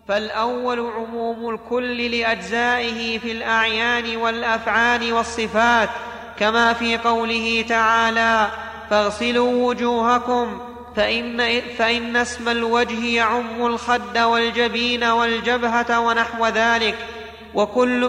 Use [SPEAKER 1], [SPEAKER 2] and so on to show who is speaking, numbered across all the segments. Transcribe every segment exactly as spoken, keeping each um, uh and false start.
[SPEAKER 1] فالأول عموم الكل لأجزائه في الأعيان والأفعال والصفات، كما في قوله تعالى: فاغسلوا وجوهكم، فإن, فإن اسم الوجه يعم الخد والجبين والجبهة ونحو ذلك. وكل,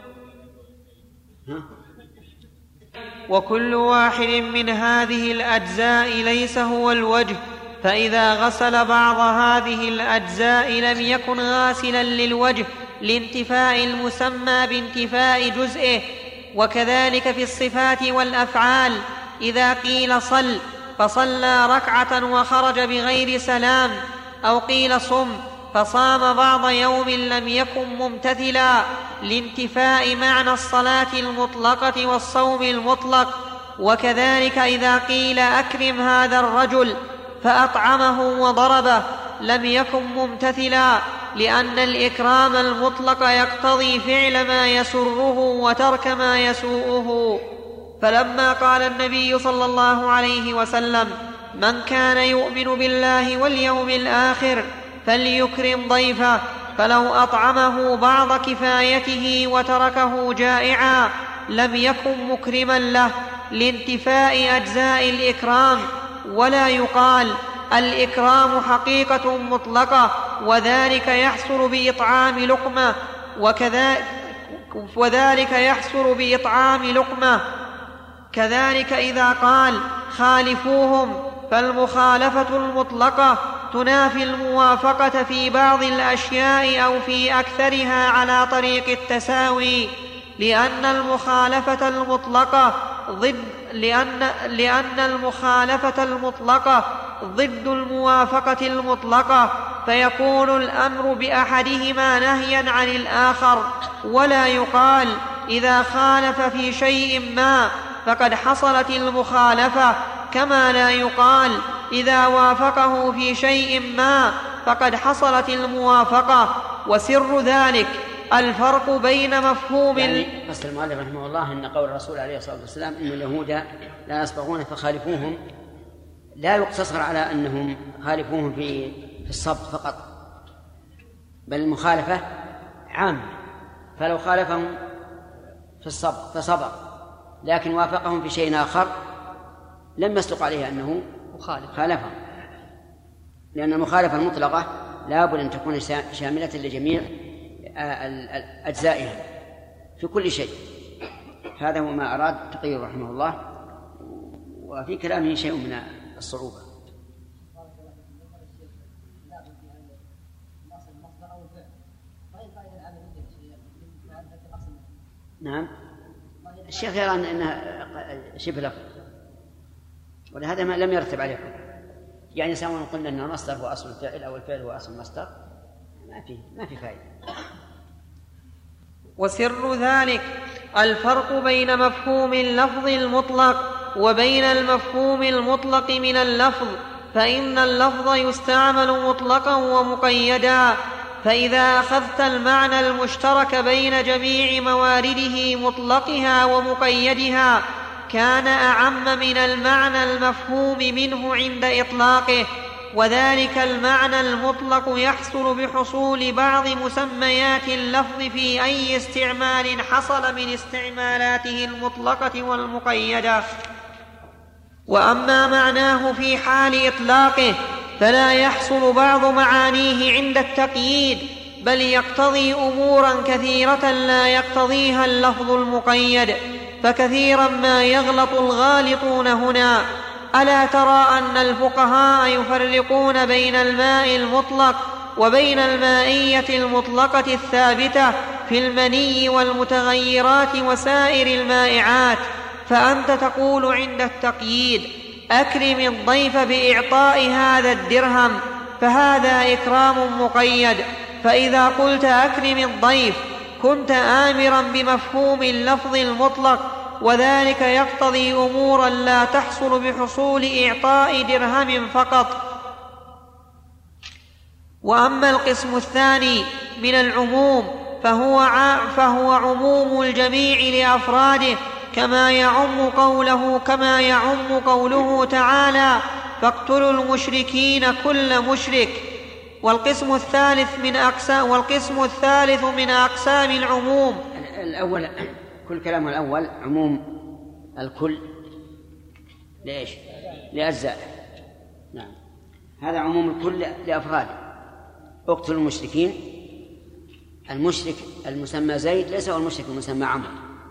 [SPEAKER 1] وكل واحد من هذه الأجزاء ليس هو الوجه، فإذا غسل بعض هذه الأجزاء لم يكن غاسلا للوجه لانتفاء المسمى بانتفاء جزئه. وكذلك في الصفات والأفعال، إذا قيل صل فصلى ركعة وخرج بغير سلام، أو قيل صم فصام بعض يوم لم يكن ممتثلا لانتفاء معنى الصلاة المطلقة والصوم المطلق. وكذلك إذا قيل أكرم هذا الرجل فأطعمه وضربه لم يكن ممتثلا، لأن الإكرام المطلق يقتضي فعل ما يسره وترك ما يسوءه. فلما قال النبي صلى الله عليه وسلم: من كان يؤمن بالله واليوم الآخر فليكرم ضيفه، فلو أطعمه بعض كفايته وتركه جائعا لم يكن مكرما له لانتفاء أجزاء الإكرام. ولا يقال الإكرام حقيقة مطلقة، وذلك يحصل بإطعام لقمة، وكذلك وذلك يحصل بإطعام لقمة. كذلك إذا قال خالفوهم، فالمخالفة المطلقة تنافي الموافقة في بعض الأشياء أو في أكثرها على طريق التساوي، لأن المخالفة المطلقة ضد لأن, لأن المخالفة المطلقة ضد الموافقة المطلقة، فيكون الأمر بأحدهما نهيا عن الآخر. ولا يقال إذا خالف في شيء ما فقد حصلت المخالفة، كما لا يقال إذا وافقه في شيء ما فقد حصلت الموافقة. وسر ذلك الفرق بين مفهوم
[SPEAKER 2] يعني قصد المؤلف رحمه الله أن قول الرسول عليه الصلاة والسلام إن اليهود لا يصبغون فخالفوهم لا يقتصر على أنهم خالفوهم في في الصبغ فقط، بل المخالفة عامة. فلو خالفهم في الصبغ فصبغ لكن وافقهم في شيء آخر لم يصدق عليه أنه خالفهم، لأن المخالفة المطلقة لا بد أن تكون شاملة لجميع أجزائها في كل شيء. هذا هو ما أراد تقي رحمه الله، وفي كلامه شيء من الصعوبة. نعم، الشيخ يرى أنها شبه لفظ، ولهذا ما لم يرتب عليه حكم. يعني سواء قلنا أن المصدر هو أصل الفعل أو الفعل هو أصل المصدر ما في ما في فائدة.
[SPEAKER 1] وسر ذلك الفرق بين مفهوم اللفظ المطلق وبين المفهوم المطلق من اللفظ، فإن اللفظ يستعمل مطلقا ومقيدا، فإذا أخذت المعنى المشترك بين جميع موارده مطلقها ومقيدها كان أعم من المعنى المفهوم منه عند إطلاقه. وذلك المعنى المطلق يحصل بحصول بعض مسميات اللفظ في أي استعمال حصل من استعمالاته المطلقة والمقيدة. وأما معناه في حال إطلاقه فلا يحصل بعض معانيه عند التقييد، بل يقتضي أمورا كثيرة لا يقتضيها اللفظ المقيد، فكثيرا ما يغلط الغالطون هنا. ألا ترى أن الفقهاء يفرقون بين الماء المطلق وبين المائية المطلقة الثابتة في المني والمتغيرات وسائر المائعات؟ فأنت تقول عند التقييد أكرم الضيف بإعطاء هذا الدرهم، فهذا إكرام مقيد. فإذا قلت أكرم الضيف كنت آمرا بمفهوم اللفظ المطلق، وذلك يقتضي أمورا لا تحصل بحصول إعطاء درهم فقط. وأما القسم الثاني من العموم فهو, فهو عموم الجميع لأفراده، كما يعم قوله كما يعم قوله تعالى فاقتلوا المشركين كل مشرك. والقسم الثالث من أقسام والقسم الثالث من أقسام العموم.
[SPEAKER 2] الأول كل كلام الأول عموم الكل ليش؟ لأجزاء. نعم، هذا عموم الكل لأفراد. اقتلوا المشركين، المشرك المسمى زيد ليس هو المشرك المسمى عمرو،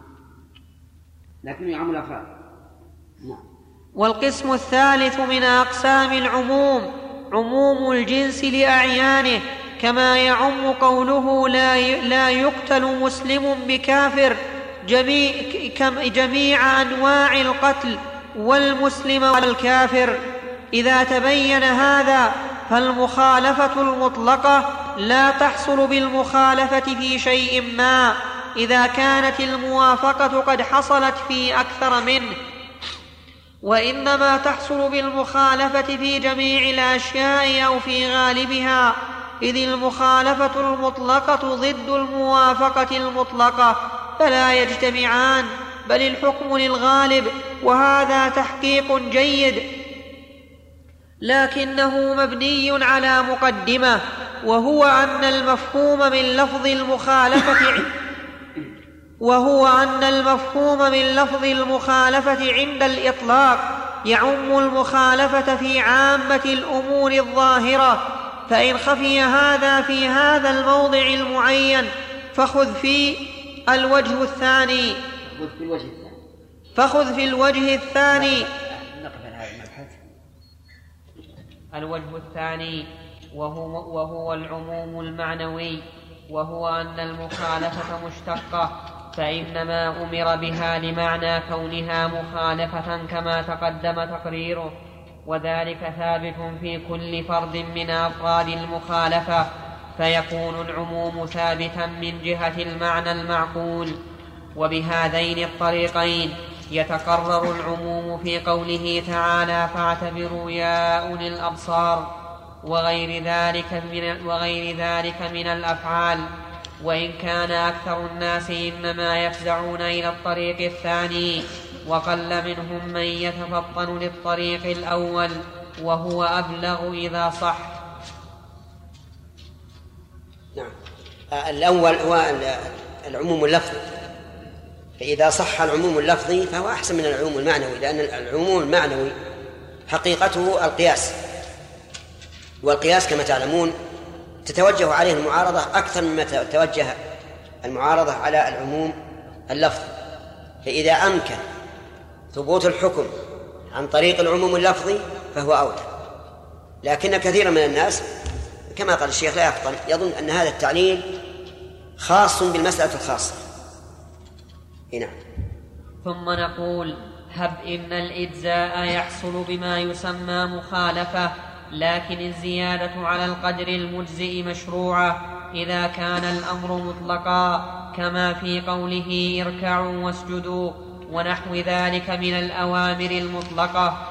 [SPEAKER 2] لكن يعم الأفراد. نعم.
[SPEAKER 1] والقسم الثالث من أقسام العموم عموم الجنس لأعيانه، كما يعم قوله لا لا يقتل مسلم بكافر جميع, جميع أنواع القتل والمسلم والكافر. إذا تبين هذا فالمخالفة المطلقة لا تحصل بالمخالفة في شيء ما إذا كانت الموافقة قد حصلت في أكثر منه، وإنما تحصل بالمخالفة في جميع الأشياء أو في غالبها، إذ المخالفة المطلقة ضد الموافقة المطلقة فلا يجتمعان، بل الحكم للغالب، وهذا تحقيق جيد، لكنه مبني على مقدمة، وهو أن المفهوم من لفظ المخالفة وهو أن المفهوم من لفظ المخالفة عند الإطلاق يعم المخالفة في عامة الأمور الظاهرة، فإن خفي هذا في هذا الموضع المعين فخذ في الوجه الثاني فخذ في الوجه الثاني الوجه الثاني وهو, وهو العموم المعنوي، وهو أن المخالفة مشتقة، فإنما أمر بها لمعنى كونها مخالفة كما تقدم تقريره، وذلك ثابت في كل فرد من أفراد المخالفة، فيكون العموم ثابتا من جهة المعنى المعقول. وبهذين الطريقين يتقرر العموم في قوله تعالى فاعتبروا يا أولي الأبصار، وغير ذلك من, وغير ذلك من الأفعال، وإن كان أكثر الناس إنما يفزعون إلى الطريق الثاني، وقل منهم من يتفطن للطريق الأول، وهو أبلغ إذا صح.
[SPEAKER 2] نعم. الأول هو العموم اللفظي، فإذا صح العموم اللفظي فهو أحسن من العموم المعنوي، لأن العموم المعنوي حقيقته القياس، والقياس كما تعلمون تتوجه عليه المعارضة أكثر مما تتوجه المعارضة على العموم اللفظي. فإذا أمكن ثبوت الحكم عن طريق العموم اللفظي فهو أولى، لكن كثيرا من الناس كما قال الشيخ لا يفطن، يظن أن هذا التعليل خاص بالمسألة الخاصة. هنا
[SPEAKER 1] ثم نقول هب إن الإجزاء يحصل بما يسمى مخالفة، لكن الزيادة على القدر المجزئ مشروعة إذا كان الأمر مطلقا، كما في قوله اركعوا واسجدوا ونحو ذلك من الأوامر المطلقة.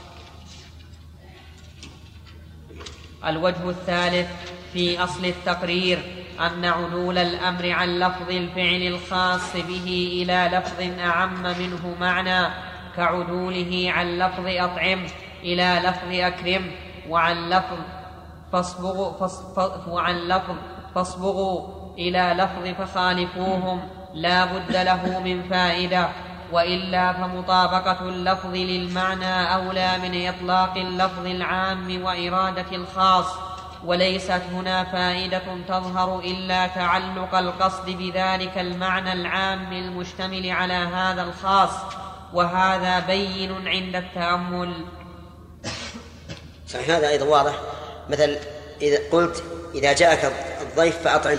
[SPEAKER 1] الوجه الثالث في أصل التقرير أن عدول الأمر عن لفظ الفعل الخاص به إلى لفظ أعم منه معنى، كعدوله عن لفظ أطعم إلى لفظ أكرم، وعن لفظ فاصبغوا, وعن لفظ فاصبغوا إلى لفظ فخالفوهم، لا بد له من فائدة، وإلا فمطابقة اللفظ للمعنى أولى من إطلاق اللفظ العام وإرادة الخاص، وليست هنا فائدة تظهر إلا تعلق القصد بذلك المعنى العام المشتمل على هذا الخاص، وهذا بين عند التأمل.
[SPEAKER 2] صحيح، هذا أيضا واضح. مثل إذا قلت إذا جاءك الضيف فأطعمه،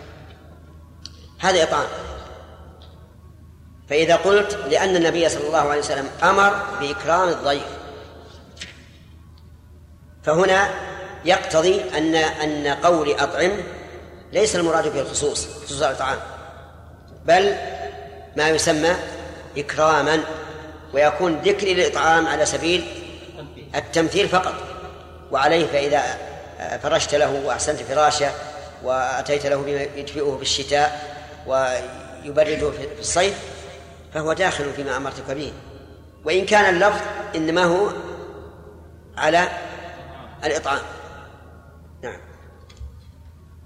[SPEAKER 2] هذا إطعام. فإذا قلت لأن النبي صلى الله عليه وسلم أمر بإكرام الضيف، فهنا يقتضي أن أن قول أطعم ليس المراد به الخصوص خصوص الإطعام، بل ما يسمى إكراما، ويكون ذكر الإطعام على سبيل التمثيل فقط. وعليه فإذا فرشت له وأحسنت فراشه وأتيت له بما يدفئه بالشتاء ويبرده في الصيف فهو داخل فيما أمرتك به، وإن كان اللفظ إنما هو على الإطعام. نعم.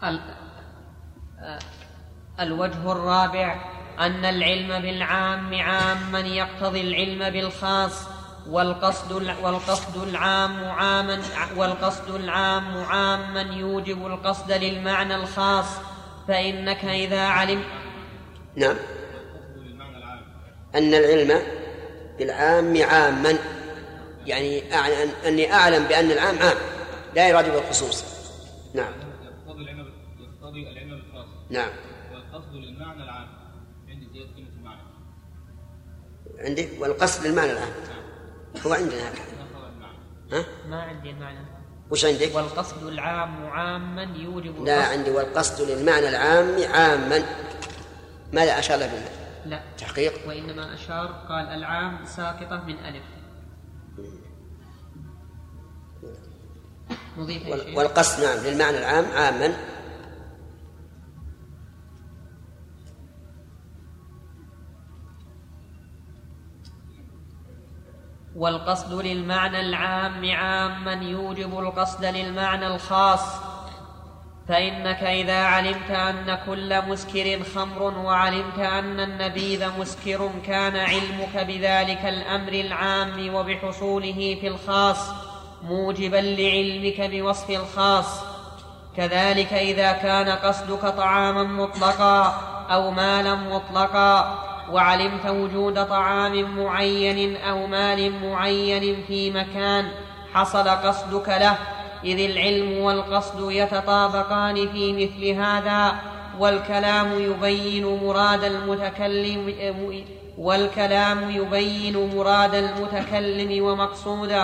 [SPEAKER 1] الوجه الرابع أن العلم بالعام عاما يقتضي العلم بالخاص، والقصد والقصد العام عاما والقصد العام عاما يوجب القصد للمعنى الخاص، فإنك إذا علمت.
[SPEAKER 3] نعم، أن العلم بالعام عاما، يعني أني أعلم بأن العام عام لا يراد بالخصوص. نعم،
[SPEAKER 4] يقتضي العلم بالخاص.
[SPEAKER 3] نعم،
[SPEAKER 4] والقصد للمعنى العام. عندي زيادة كلمة المعنى.
[SPEAKER 3] عندك والقصد للمعنى العام. هو عندنا هكذا. ها؟
[SPEAKER 1] ما عندي المعنى.
[SPEAKER 3] وش عندك؟
[SPEAKER 1] والقصد العام عاما يوجب.
[SPEAKER 3] لا، عندي والقصد للمعنى العام عاما. ماذا أشار له بالله؟
[SPEAKER 1] لا
[SPEAKER 3] تحقيق.
[SPEAKER 1] وإنما أشار قال العام ساقطة من ألف. نضيف
[SPEAKER 3] وال... والقصد نعم للمعنى العام عاما.
[SPEAKER 1] والقصد للمعنى العام عاما يوجب القصد للمعنى الخاص، فإنك إذا علمت أن كل مسكر خمر وعلمت أن النبيذ مسكر كان علمك بذلك الأمر العام وبحصوله في الخاص موجبا لعلمك بوصف الخاص. كذلك إذا كان قصدك طعاما مطلقا أو مالا مطلقا وعلمت وجود طعام معين أو مال معين في مكان حصل قصدك له، إذ العلم والقصد يتطابقان في مثل هذا، والكلام يبين مراد المتكلم والكلام يبين مراد المتكلم ومقصوده.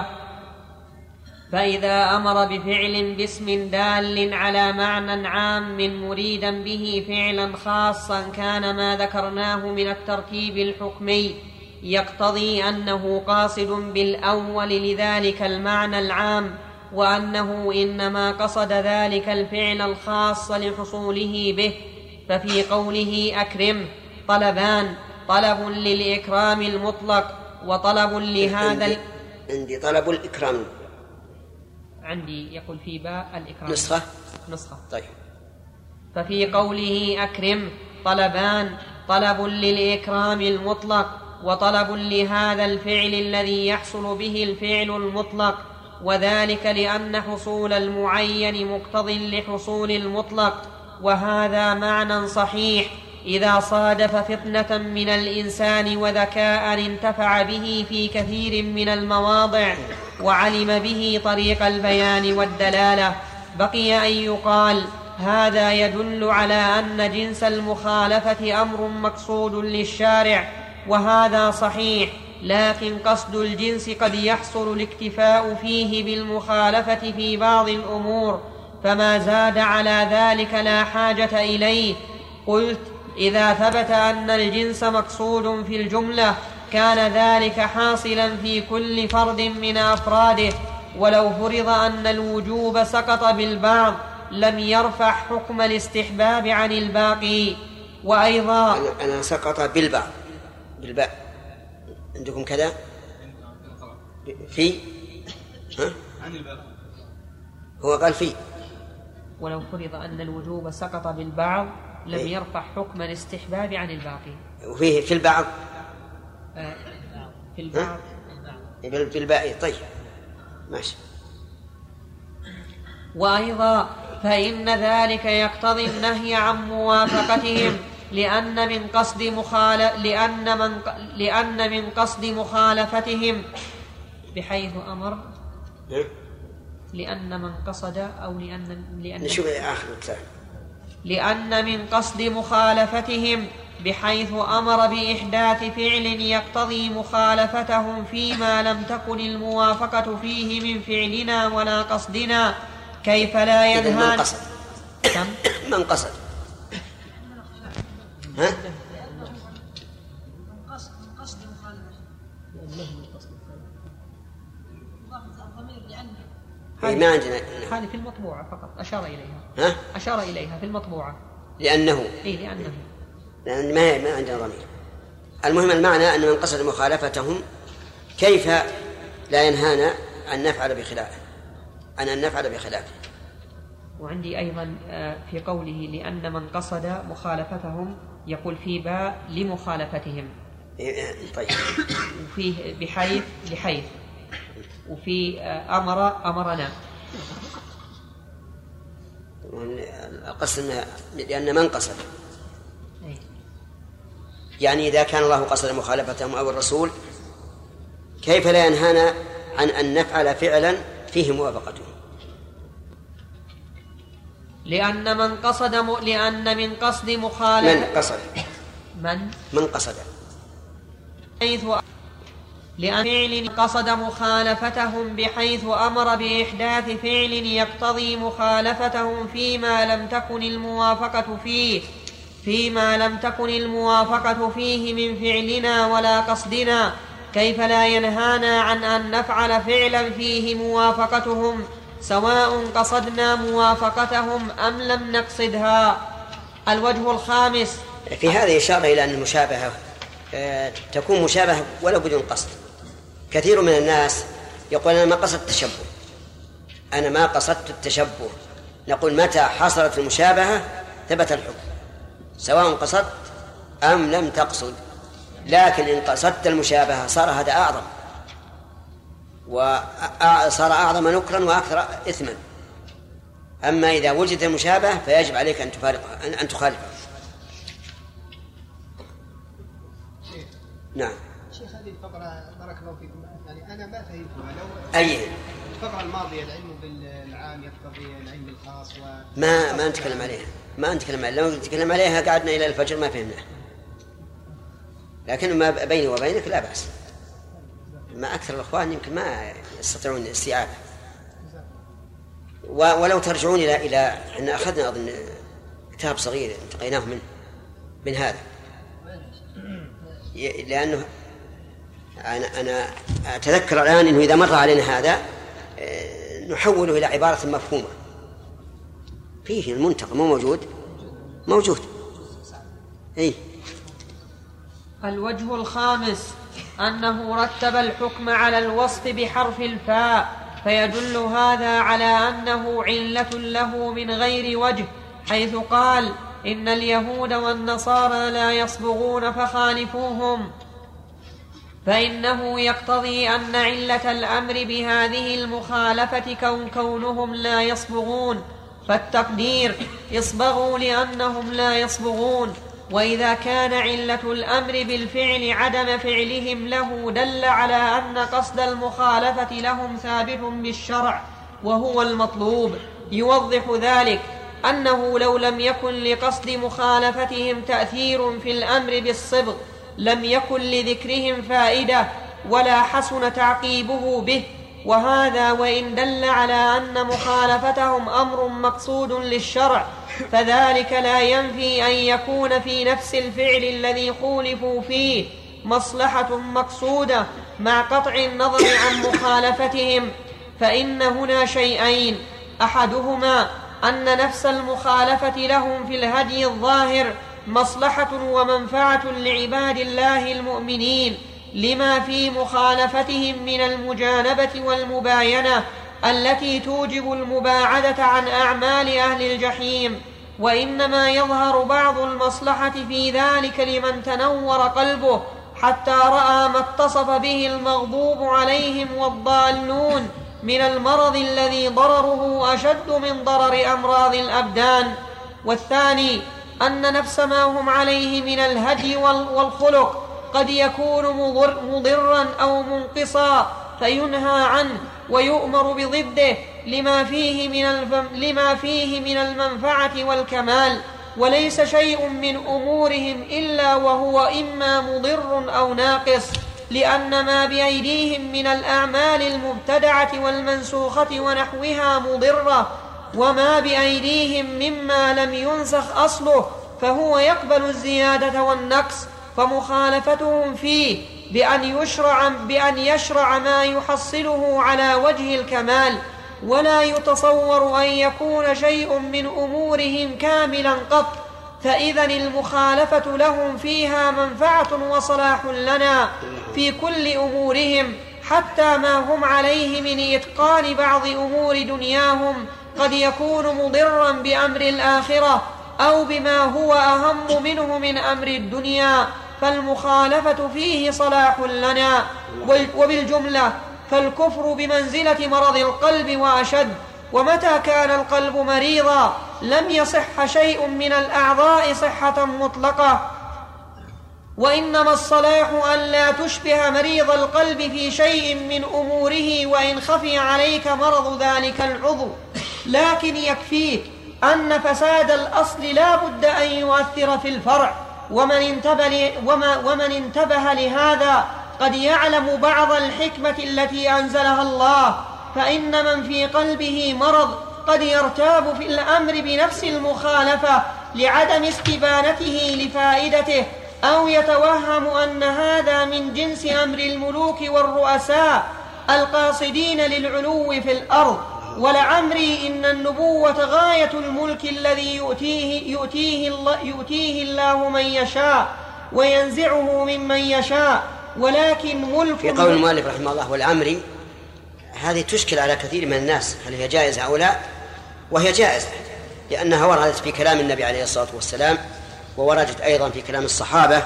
[SPEAKER 1] فإذا أمر بفعل باسم دال على معنى عام مريدا به فعلا خاصا كان ما ذكرناه من التركيب الحكمي يقتضي أنه قاصد بالأول لذلك المعنى العام، وأنه إنما قصد ذلك الفعل الخاص لحصوله به. ففي قوله أكرم طلبان: طلب للإكرام المطلق وطلب لهذا.
[SPEAKER 3] عندي, عندي طلب الإكرام.
[SPEAKER 1] عندي يقول في باء الإكرام.
[SPEAKER 3] نسخة
[SPEAKER 1] نسخة
[SPEAKER 3] طيب.
[SPEAKER 1] ففي قوله أكرم طلبان: طلب للإكرام المطلق وطلب لهذا الفعل الذي يحصل به الفعل المطلق، وذلك لأن حصول المعين مقتض لحصول المطلق. وهذا معنى صحيح إذا صادف فطنة من الإنسان وذكاء انتفع به في كثير من المواضع وعلم به طريق البيان والدلالة. بقي أن يقال هذا يدل على أن جنس المخالفة أمر مقصود للشارع، وهذا صحيح، لكن قصد الجنس قد يحصل الاكتفاء فيه بالمخالفة في بعض الأمور، فما زاد على ذلك لا حاجة إليه. قلت: إذا ثبت أن الجنس مقصود في الجملة كان ذلك حاصلا في كل فرد من أفراده، ولو فرض أن الوجوب سقط بالبعض لم يرفع حكم الاستحباب عن الباقي. وأيضا
[SPEAKER 3] أنا سقط بالبعض بالباء، عندكم كذا في ها؟ هو قال في.
[SPEAKER 1] ولو فرض أن الوجوب سقط بالبعض لم يرفع حكم الاستحباب عن الباقي.
[SPEAKER 3] وفيه في البعض
[SPEAKER 1] آه في البعض
[SPEAKER 3] في الباقي. طيب ماشي.
[SPEAKER 1] وأيضا فإن ذلك يقتضي النهي عن موافقتهم، لأن من قصد مخالف لأن من لأن من قصد مخالفتهم بحيث أمر لأن من قصد أو لأن لأن
[SPEAKER 3] نشوف آخر مثال.
[SPEAKER 1] لأن من قصد مخالفتهم بحيث أمر بإحداث فعل يقتضي مخالفتهم فيما لم تكن الموافقة فيه من فعلنا ولا قصدنا، كيف لا ينهى.
[SPEAKER 3] من قصد
[SPEAKER 1] كم؟
[SPEAKER 3] من قصد ها؟
[SPEAKER 5] قصد
[SPEAKER 3] هذه ما عندنا.
[SPEAKER 1] هذه في المطبوعة فقط أشار إليها.
[SPEAKER 3] ها؟
[SPEAKER 1] أشار إليها في المطبوعة
[SPEAKER 3] لأنه
[SPEAKER 1] إيه لأنه
[SPEAKER 3] لأن ما ما عندنا ضمير. المهم المعنى أن من قصد مخالفتهم كيف لا ينهانا أن نفعل بخلافه أن نفعل بخلافه.
[SPEAKER 1] وعندي أيضا في قوله لأن من قصد مخالفتهم يقول في باء لمخالفتهم.
[SPEAKER 3] طيب.
[SPEAKER 1] وفيه بحيث لحيث، وفي أمر أمرنا.
[SPEAKER 3] القصد لأن من قصد، يعني إذا كان الله قصد مخالفتهم أو الرسول كيف لا ينهانا عن أن نفعل فعلا فيه موافقته؟
[SPEAKER 1] لأن من قصد م... لأن من قصد مخالفة
[SPEAKER 3] من قصد
[SPEAKER 1] من
[SPEAKER 3] من قصد
[SPEAKER 1] حيث لأن فعل قصد مخالفتهم بحيث أمر بإحداث فعل يقتضي مخالفتهم فيما لم تكن الموافقة فيه فيما لم تكن الموافقة فيه من فعلنا ولا قصدنا، كيف لا ينهانا عن أن نفعل فعلا فيه موافقتهم سواء قصدنا موافقتهم أم لم نقصدها. الوجه الخامس،
[SPEAKER 3] في هذه إشارة إلى أن المشابهة تكون مشابهة ولو بدون قصد. كثير من الناس يقول أنا ما قصدت التشبه أنا ما قصدت التشبه نقول متى حصلت المشابهة ثبت الحكم سواء قصدت أم لم تقصد، لكن إن قصدت المشابهة صار هذا أعظم وصار أعظم نكرا وأكثر إثما. أما إذا وجدت المشابهة فيجب عليك أن تفارقها أن تخالفها. نعم.
[SPEAKER 5] شيخ هذه الفقرة بارك الله فيكم، يعني أنا ما فهمتها.
[SPEAKER 3] لو أي
[SPEAKER 5] الفقرة الماضية العلم بالعام يقتضي العلم بالخاص و...
[SPEAKER 3] ما ما نتكلم عليها ما نتكلم عليها لو نتكلم عليها قعدنا إلى الفجر ما فهمناها، لكن ما بيني وبينك لا بأس. ما أكثر الأخوان يمكن ما يستطيعون الاستيعاب، ولو ترجعون إلى إلى أن أخذنا أظن كتاب صغير انتقيناه من من هذا، لأنه أنا أنا أتذكر الآن إنه إذا مر علينا هذا نحوله إلى عبارة مفهومة. فيه المنتقى مو موجود موجود إيه.
[SPEAKER 1] الوجه الخامس أنه رتب الحكم على الوصف بحرف الفاء، فيدل هذا على أنه علة له من غير وجه، حيث قال إن اليهود والنصارى لا يصبغون فخالفوهم، فإنه يقتضي أن علة الأمر بهذه المخالفة كون كونهم لا يصبغون، فالتقدير اصبغوا لأنهم لا يصبغون. وإذا كان علة الأمر بالفعل عدم فعلهم له دل على أن قصد المخالفة لهم ثابت بالشرع وهو المطلوب. يوضح ذلك أنه لو لم يكن لقصد مخالفتهم تأثير في الأمر بالصبغ لم يكن لذكرهم فائدة ولا حسن تعقيبه به، وهذا وإن دل على أن مخالفتهم أمر مقصود للشرع فذلك لا ينفي أن يكون في نفس الفعل الذي خولفوا فيه مصلحة مقصودة مع قطع النظر عن مخالفتهم. فإن هنا شيئين، أحدهما أن نفس المخالفة لهم في الهدي الظاهر مصلحة ومنفعة لعباد الله المؤمنين لما في مخالفتهم من المجانبة والمباينة التي توجب المباعدة عن أعمال أهل الجحيم، وإنما يظهر بعض المصلحة في ذلك لمن تنور قلبه حتى رأى ما اتصف به المغضوب عليهم والضالون من المرض الذي ضرره أشد من ضرر أمراض الأبدان. والثاني أن نفس ما هم عليه من الهدي والخلق قد يكون مضر مضرا أو منقصا فينهى عنه ويؤمر بضده لما فيه من الف... لما فيه من المنفعة والكمال، وليس شيء من أمورهم إلا وهو إما مضر أو ناقص، لأن ما بأيديهم من الأعمال المبتدعة والمنسوخة ونحوها مضرة، وما بأيديهم مما لم ينسخ أصله فهو يقبل الزيادة والنقص، فمخالفتهم فيه بأن يشرع, بأن يشرع ما يحصله على وجه الكمال، ولا يتصور أن يكون شيء من أمورهم كاملا قط، فإذن المخالفة لهم فيها منفعة وصلاح لنا في كل أمورهم، حتى ما هم عليه من إتقان بعض أمور دنياهم قد يكون مضرا بأمر الآخرة أو بما هو أهم منه من أمر الدنيا، فالمخالفة فيه صلاح لنا. وبالجملة فالكفر بمنزلة مرض القلب وأشد، ومتى كان القلب مريضا لم يصح شيء من الأعضاء صحة مطلقة، وإنما الصلاح أن لا تشبه مريض القلب في شيء من أموره وإن خفي عليك مرض ذلك العضو، لكن يكفيك أن فساد الأصل لا بد أن يؤثر في الفرع. ومن انتبه, وما ومن انتبه لهذا قد يعلم بعض الحكمة التي أنزلها الله، فإن من في قلبه مرض قد يرتاب في الأمر بنفس المخالفة لعدم استبانته لفائدته، أو يتوهم أن هذا من جنس أمر الملوك والرؤساء القاصدين للعلو في الأرض. ولعمري إن النبوة غاية الملك الذي يؤتيه, يؤتيه, الله يؤتيه الله من يشاء وينزعه ممن يشاء، ولكن ملك
[SPEAKER 3] في قول المؤلف رحمه الله والعمري هذه تشكل على كثير من الناس، هل هي جائزة أو لا؟ وهي جائزة لأنها وردت في كلام النبي عليه الصلاة والسلام، ووردت أيضا في كلام الصحابة،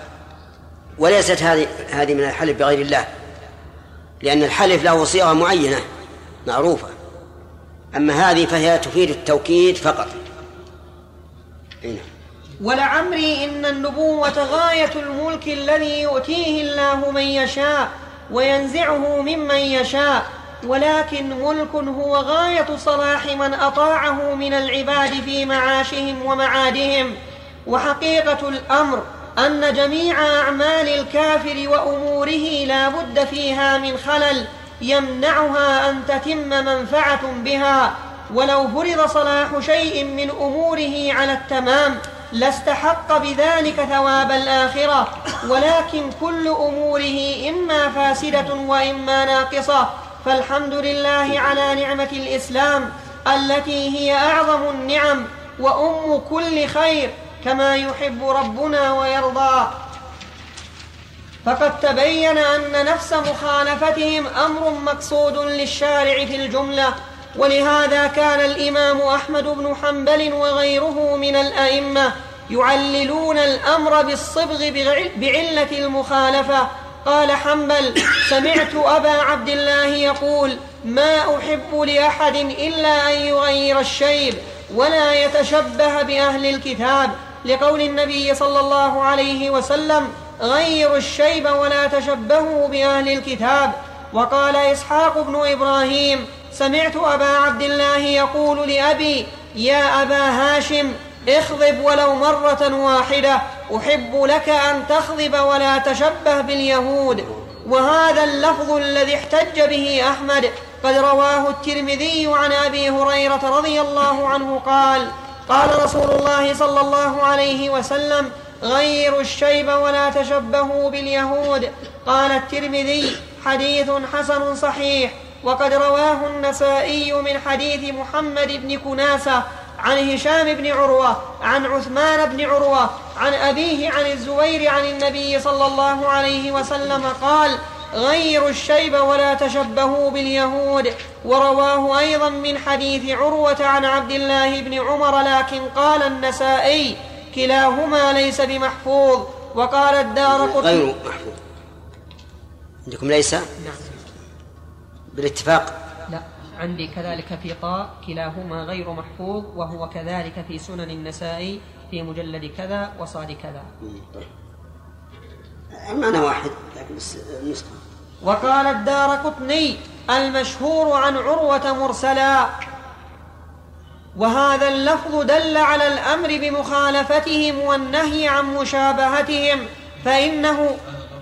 [SPEAKER 3] وليست هذه هذه من الحلف بغير الله، لأن الحلف له صيغة معينة معروفة، أما هذه فهي تفيد التوكيد فقط. إيه.
[SPEAKER 1] ولعمري إن النبوة غاية الملك الذي يؤتيه الله من يشاء وينزعه ممن يشاء، ولكن ملك هو غاية صلاح من أطاعه من العباد في معاشهم ومعادهم. وحقيقة الأمر أن جميع أعمال الكافر وأموره لا بد فيها من خلل يمنعها أن تتم منفعة بها، ولو فرض صلاح شيء من أموره على التمام لاستحق بذلك ثواب الآخرة، ولكن كل أموره إما فاسدة وإما ناقصة. فالحمد لله على نعمة الإسلام التي هي أعظم النعم وأم كل خير، كما يحب ربنا ويرضى. فقد تبين أن نفس مخالفتهم أمر مقصود للشارع في الجملة، ولهذا كان الإمام أحمد بن حنبل وغيره من الأئمة يعللون الأمر بالصبغ بعلة المخالفة. قال حنبل: سمعت أبا عبد الله يقول: ما أحب لأحد إلا أن يغير الشيب ولا يتشبه بأهل الكتاب، لقول النبي صلى الله عليه وسلم: غيروا الشيب ولا تشبهوا بأهل الكتاب. وقال إسحاق بن إبراهيم: سمعت أبا عبد الله يقول لأبي: يا أبا هاشم اخضب ولو مرة واحدة، أحب لك أن تخضب ولا تشبه باليهود. وهذا اللفظ الذي احتج به أحمد قد رواه الترمذي عن أبي هريرة رضي الله عنه قال: قال رسول الله صلى الله عليه وسلم: غيروا الشيب ولا تشبهوا باليهود. قال الترمذي: حديث حسن صحيح. وقد رواه النسائي من حديث محمد بن كناسة عن هشام بن عروة عن عثمان بن عروة عن أبيه عن الزبير عن النبي صلى الله عليه وسلم قال: غيروا الشيب ولا تشبهوا باليهود. ورواه أيضا من حديث عروة عن عبد الله بن عمر، لكن قال النسائي: كلاهما ليس بمحفوظ. وقال الدارقطني:
[SPEAKER 3] غير محفوظ عندكم ليس؟
[SPEAKER 1] نعم
[SPEAKER 3] بالاتفاق؟
[SPEAKER 1] لا، عندي كذلك في طاء كلاهما غير محفوظ، وهو كذلك في سنن النسائي في مجلد كذا وصاد كذا.
[SPEAKER 3] المعنى واحد لكن النسخة.
[SPEAKER 1] وقال الدارقطني: المشهور عن عروة مرسلا. وهذا اللفظ دل على الأمر بمخالفتهم والنهي عن مشابهتهم، فإنه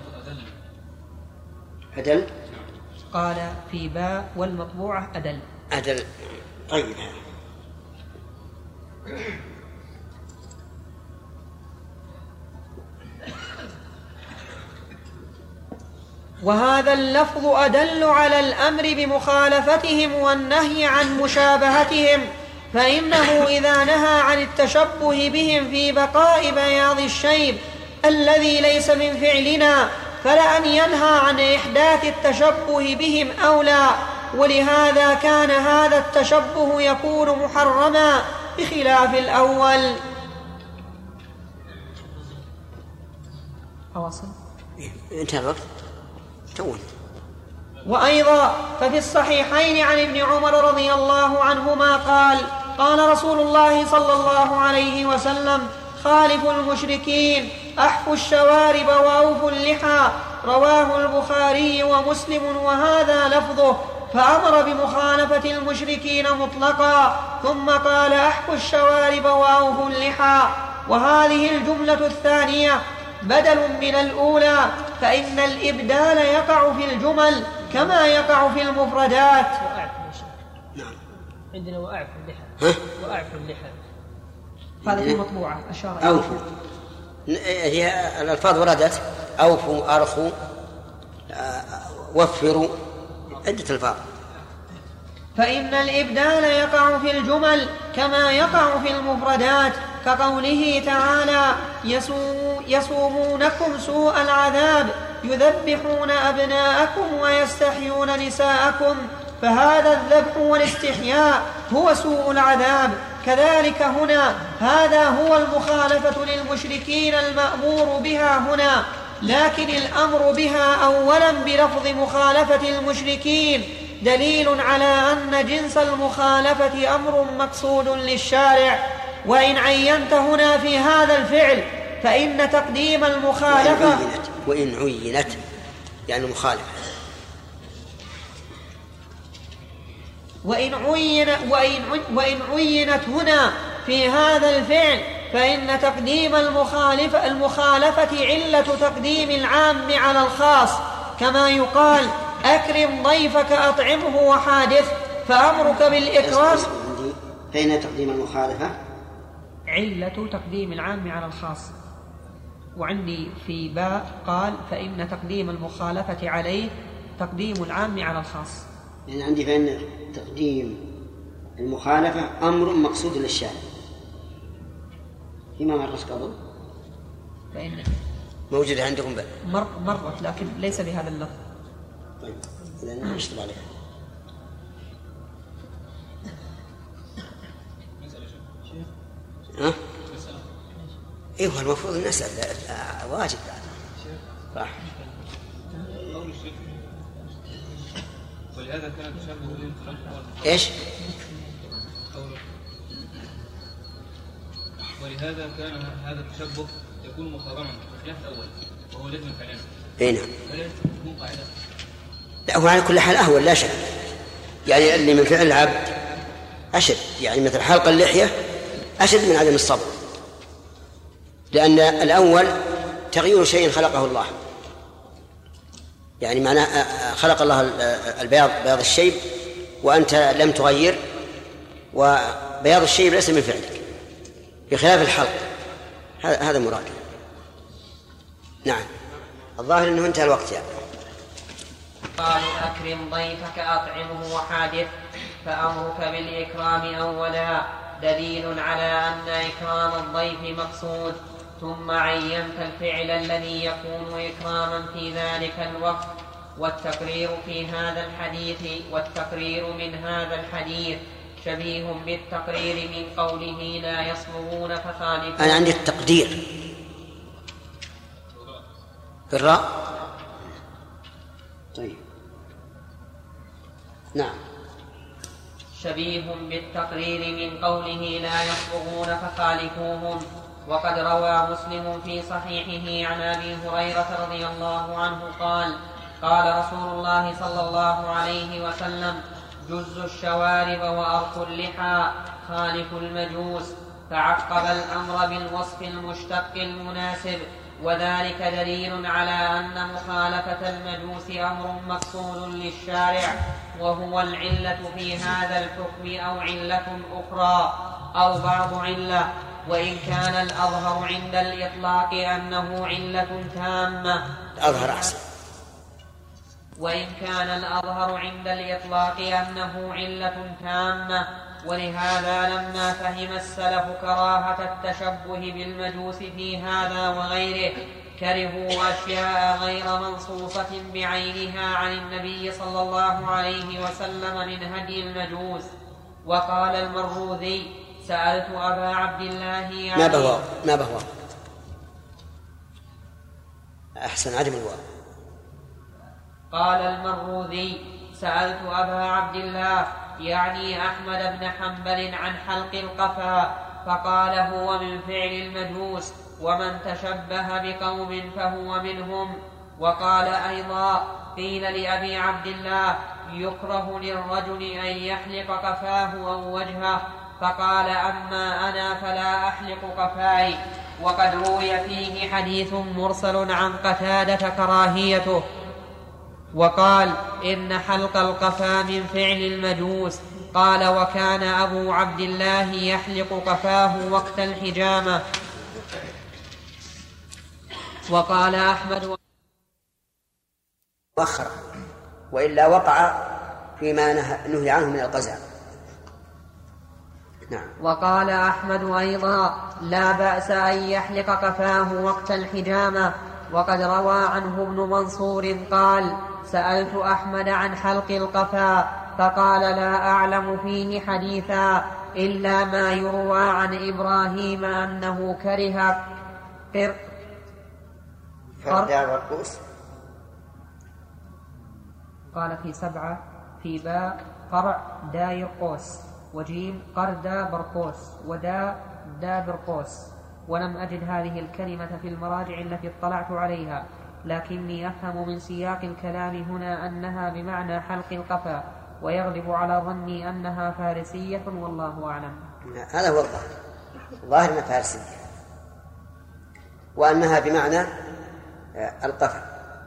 [SPEAKER 3] أدل.
[SPEAKER 1] قال في باء والمطبوعة أدل.
[SPEAKER 3] أدل. طيب.
[SPEAKER 1] وهذا اللفظ أدل على الأمر بمخالفتهم والنهي عن مشابهتهم، فإنه إذا نهى عن التشبه بهم في بقاء بياض الشيب الذي ليس من فعلنا، فلأن ينهى عن إحداث التشبه بهم أولى، ولهذا كان هذا التشبه يكون محرما بخلاف الأول. أواصل؟
[SPEAKER 3] انتهى الوقت تون.
[SPEAKER 1] وأيضا ففي الصحيحين عن ابن عمر رضي الله عنهما قال قال رسول الله صلى الله عليه وسلم خالفوا المشركين أحفوا الشوارب وأوفوا اللحى، رواه البخاري ومسلم وهذا لفظه، فأمر بمخالفة المشركين مطلقا ثم قال أحفوا الشوارب وأوفوا اللحى. وهذه الجملة الثانية بدل من الأولى، فإن الإبدال يقع في الجمل كما يقع في المفردات.
[SPEAKER 5] نعم عندنا وأعف اللحى وأعف اللحى
[SPEAKER 1] هذا في مطبوعة أشار
[SPEAKER 3] إليه. أوفوا هي الألفاظ وردت أوفوا أرخوا وفروا عدة الفاظ.
[SPEAKER 1] فإن الإبدال يقع في الجمل كما يقع في المفردات، كقوله تعالى يسومونكم سوء العذاب يذبحون أبناءكم ويستحيون نساءكم، فهذا الذبح والاستحياء هو سوء العذاب. كذلك هنا هذا هو المخالفة للمشركين المأمور بها هنا، لكن الأمر بها أولا بلفظ مخالفة المشركين دليل على أن جنس المخالفة أمر مقصود للشارع. وإن عينت هنا في هذا الفعل فإن تقديم المخالفة
[SPEAKER 3] وإن عينت يعني مخالفة
[SPEAKER 1] وإن, عين وإن, وإن عينت هنا في هذا الفعل فإن تقديم المخالفة, المخالفة علة تقديم العام على الخاص، كما يقال أكرم ضيفك أطعمه وحادث، فأمرك بالإكرام
[SPEAKER 3] فإن تقديم المخالفة
[SPEAKER 1] علة تقديم العام على الخاص. وعندي في باء قال فإن تقديم المخالفة عليه تقديم العام على الخاص.
[SPEAKER 3] يعني عندي فإن تقديم المخالفة أمر مقصود للشارع فيما مرت قبل
[SPEAKER 1] فإن
[SPEAKER 3] موجودة عندكم بقى
[SPEAKER 1] مر مرت لكن ليس بهذا اللفظ.
[SPEAKER 3] طيب إذن نشتغل عليها. ها؟ إيه المفروض نسأل واجب صح.
[SPEAKER 4] ولهذا كان تشابه
[SPEAKER 3] إيش؟
[SPEAKER 4] ولهذا كان هذا التشبه يكون محرما بخلاف الأول وهو لازم الكلام.
[SPEAKER 3] إيه نعم.
[SPEAKER 4] فلا تكون قاعدة.
[SPEAKER 3] لا هو على كل حال أهون لا شك، يعني اللي من فعل العبد أشد، يعني مثل حلق اللحية أشد من عدم الصبر، لأن الأول تغيير شيء خلقه الله، يعني معناه خلق الله البياض بياض الشيب وأنت لم تغير، وبياض الشيب ليس من فعلك بخلاف الحلق، هذا مراد. نعم الظاهر أنه انتهى الوقت يعني.
[SPEAKER 1] قالوا أكرم ضيفك أطعمه وحادث، فأمرك بالإكرام أولا دليل على أن إكرام الضيف مقصود، ثم عينت الفعل الذي يكون إكراما في ذلك الوقت. والتقرير في هذا الحديث والتقرير من هذا الحديث شبيه بالتقرير من قوله لا يصبرون فخالفون.
[SPEAKER 3] أنا عندي التقدير بالراء. طيب نعم.
[SPEAKER 1] شبيه بالتقرير من قوله لا يصبرون فخالفوهم. وقد روى مسلم في صحيحه عن أبي هريرة رضي الله عنه قال قال رسول الله صلى الله عليه وسلم جز الشوارب وأرخوا اللحى خالف المجوس، فعقب الأمر بالوصف المشتق المناسب، وذلك دليل على أن مخالفة المجوس أمر مقصود للشارع، وهو العلة في هذا الحكم أو علة أخرى أو بعض علة، وإن كان الأظهر عند الإطلاق أنه علة تامة.
[SPEAKER 3] الأظهر أحسن.
[SPEAKER 1] وإن كان الأظهر عند الإطلاق أنه علة تامة، ولهذا لما فهم السلف كراهة التشبه بالمجوس في هذا وغيره كرهوا أشياء غير منصوصة بعينها عن النبي صلى الله عليه وسلم من هدي المجوس. وقال المروذي سألت أبا عبد الله يعني
[SPEAKER 3] ما بهو ما بهو أحسن عدم الواو.
[SPEAKER 1] قال المروذي سألت أبا عبد الله يعني أحمد بن حنبل عن حلق القفا فقال هو من فعل المجوس ومن تشبه بقوم فهو منهم. وقال أيضا قيل لأبي عبد الله يكره للرجل أن يحلق قفاه أو وجهه فقال أما أنا فلا أحلق قفاي. وقد روي فيه حديث مرسل عن قتادة كراهيته. وقال إن حلق القفا من فعل المجوس. قال وكان أبو عبد الله يحلق قفاه وقت الحجامة. وقال أحمد
[SPEAKER 3] مؤخرا وإلا وقع فيما نهي عنه من القزع. نعم.
[SPEAKER 1] وقال أحمد أيضا لا بأس أن يحلق قفاه وقت الحجامة. وقد روى عنه ابن منصور قال سألت أحمد عن حلق القفا فقال لا أعلم فيه حديثا إلا ما يروى عن إبراهيم أنه كره قر
[SPEAKER 3] قرع الرقوس.
[SPEAKER 1] قال في سبعة في باء قرع دا يرقوس وجيم قردا برقوس ودا دا برقوس. ولم أجد هذه الكلمة في المراجع التي اطلعت عليها لكني أفهم من سياق الكلام هنا أنها بمعنى حلق القفا ويغلب على ظني أنها فارسية والله أعلم.
[SPEAKER 3] هذا هو الظاهر الظاهر أنها فارسية وأنها بمعنى القفا.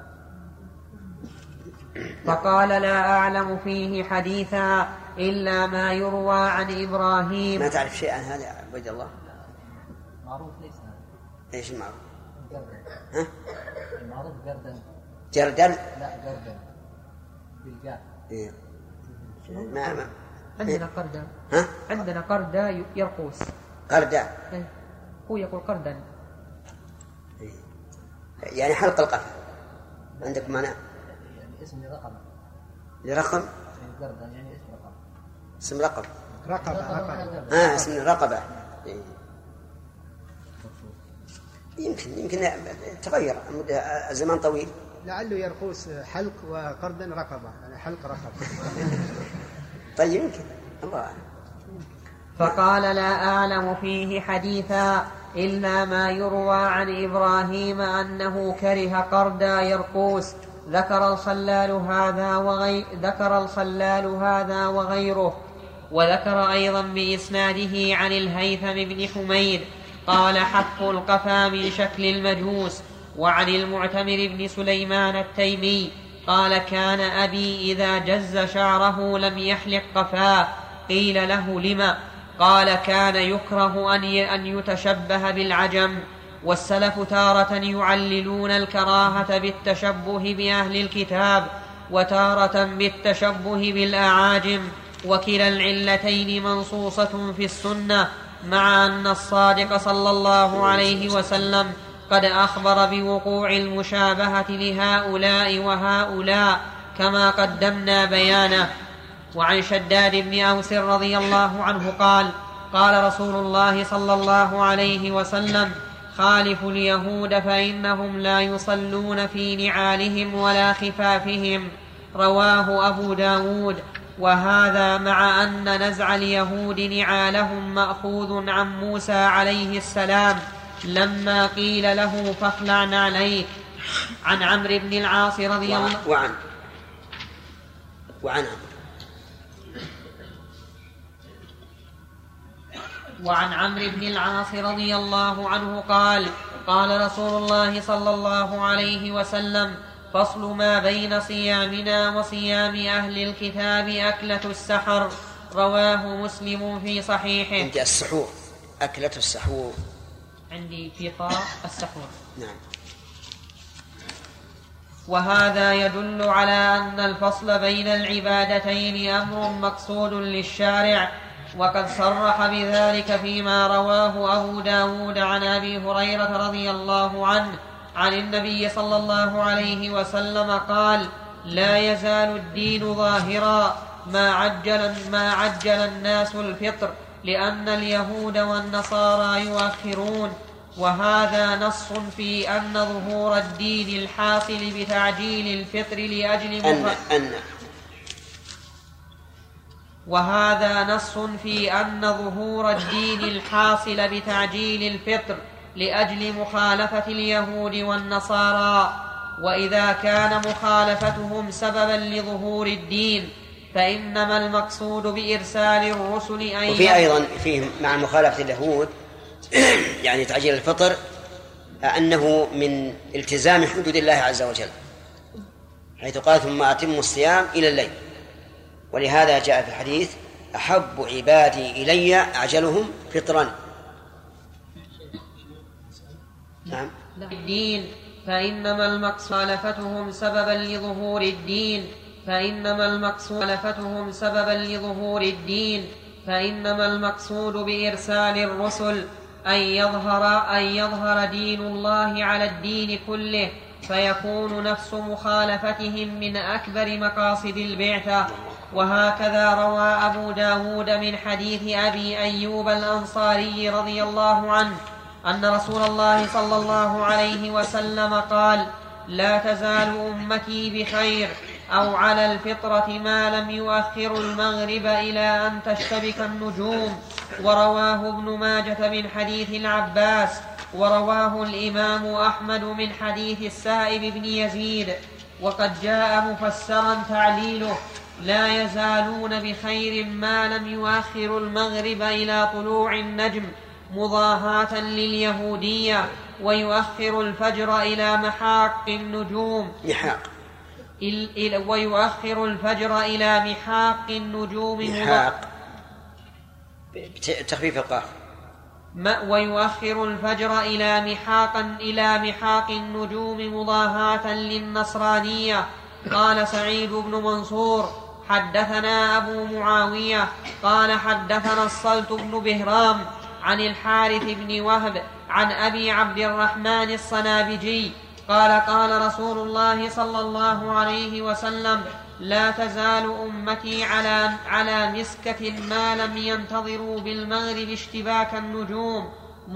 [SPEAKER 1] فقال لا أعلم فيه حديثا إلا ما يروى عن إبراهيم.
[SPEAKER 3] ما تعرف شيء عن هذا عبد الله؟
[SPEAKER 5] معروف ليس هذا.
[SPEAKER 3] ايش المعروف؟
[SPEAKER 5] جردن.
[SPEAKER 3] ها؟
[SPEAKER 5] المعروف جردن.
[SPEAKER 3] جردن؟
[SPEAKER 5] لا جردن. بالجاء.
[SPEAKER 3] إيه. ما ما.
[SPEAKER 1] عندنا قردا.
[SPEAKER 3] ها؟
[SPEAKER 1] عندنا قردا يرقوس.
[SPEAKER 3] قردا.
[SPEAKER 1] إيه. هو يقول قردا.
[SPEAKER 3] إيه. يعني حلق القفا. عندك معنى؟
[SPEAKER 5] يعني اسم رقم.
[SPEAKER 3] لرقم؟
[SPEAKER 5] جردن يعني اسم رقم.
[SPEAKER 3] اسم رقم.
[SPEAKER 5] رقبة. رقبة.
[SPEAKER 3] آه اسم رقبة. إيه. يمكن يمكن تغير الزمان طويل.
[SPEAKER 5] لعله يرقوس حلق وقردا رقبة يعني حلق رقبة.
[SPEAKER 3] طيب يمكن الله أعلم.
[SPEAKER 1] فقال لا أعلم فيه حديثا إلا ما يروى عن إبراهيم أنه كره قردا يرقوس. ذكر الخلال هذا وغي... ذكر الخلال هذا وغيره. وذكر أيضا بإسناده عن الهيثم بن حميد قال حق القفا من شكل المجوس. وعن المعتمر بن سليمان التيمي قال كان أبي إذا جز شعره لم يحلق قفاه. قيل له لما؟ قال كان يكره أن يتشبه بالعجم. والسلف تارة يعللون الكراهة بالتشبه بأهل الكتاب وتارة بالتشبه بالأعاجم وكلا العلتين منصوصة في السنة مع أن الصادق صلى الله عليه وسلم قد أخبر بوقوع المشابهة لهؤلاء وهؤلاء كما قدمنا بيانه. وعن شداد بن أوس رضي الله عنه قال قال رسول الله صلى الله عليه وسلم خالفوا اليهود فإنهم لا يصلون في نعالهم ولا خفافهم. رواه أبو داود. وهذا مع أن نزع اليهود نعالهم مأخوذ عن موسى عليه السلام لما قيل له فاخلع نعليك. عن عمرو بن العاص رضي الله
[SPEAKER 3] وعن وعن
[SPEAKER 1] وعن عمرو بن العاص رضي الله عنه قال قال رسول الله صلى الله عليه وسلم فصل ما بين صيامنا وصيام أهل الكتاب أكلة السحر. رواه مسلم في صحيحه.
[SPEAKER 3] عندي السحور أكلة السحور.
[SPEAKER 1] عندي في طاء السحور.
[SPEAKER 3] نعم.
[SPEAKER 1] وهذا يدل على أن الفصل بين العبادتين أمر مقصود للشارع وقد صرح بذلك فيما رواه أبو داود عن أبي هريرة رضي الله عنه عن النبي صلى الله عليه وسلم قال: لا يزال الدين ظاهرا ما عجل, ما عجل الناس الفطر، لأن اليهود والنصارى يؤخرون. وهذا نص في أن ظهور الدين الحاصل بتعجيل الفطر لأجل
[SPEAKER 3] أن أن
[SPEAKER 1] وهذا نص في أن ظهور الدين الحاصل بتعجيل الفطر لأجل مخالفة اليهود والنصارى. وإذا كان مخالفتهم سببا لظهور الدين فإنما المقصود بإرسال الرسل أن
[SPEAKER 3] وفي أيضا فيه مع مخالفة اليهود يعني تعجيل الفطر أنه من التزام حدود الله عز وجل، حيث قال: ثم أتموا الصيام إلى الليل. ولهذا جاء في الحديث: أحب عبادي إلي أعجلهم فطرا. نعم.
[SPEAKER 1] الدين فإنما المقصود مخالفتهم سببا لظهور الدين فإنما المقصود مخالفتهم سببا لظهور الدين فإنما المقصود بإرسال الرسل أن يظهر أن يظهر دين الله على الدين كله، فيكون نفس مخالفتهم من أكبر مقاصد البعثة. وهكذا روى أبو داود من حديث أبي أيوب الأنصاري رضي الله عنه أن رسول الله صلى الله عليه وسلم قال: لا تزال أمتي بخير أو على الفطرة ما لم يؤخر المغرب إلى أن تشتبك النجوم. ورواه ابن ماجة من حديث العباس، ورواه الإمام أحمد من حديث السائب بن يزيد. وقد جاء مفسرا تعليله: لا يزالون بخير ما لم يؤخر المغرب إلى طلوع النجم مضاهاة لليهودية، ويؤخر الفجر إلى محاق النجوم
[SPEAKER 3] محاق
[SPEAKER 1] ويؤخر الفجر إلى محاق النجوم
[SPEAKER 3] محاق بتخفيف القاف
[SPEAKER 1] ويؤخر الفجر إلى محاق إلى محاق النجوم مضاهاة للنصرانية. قال سعيد بن منصور: حدثنا أبو معاوية قال حدثنا الصلت بن بهرام عن الحارث بن وهب عن أبي عبد الرحمن الصنابجي قال: قال رسول الله صلى الله عليه وسلم: لا تزال أمتي على, على مسكة ما لم ينتظروا بالمغرب اشتباك النجوم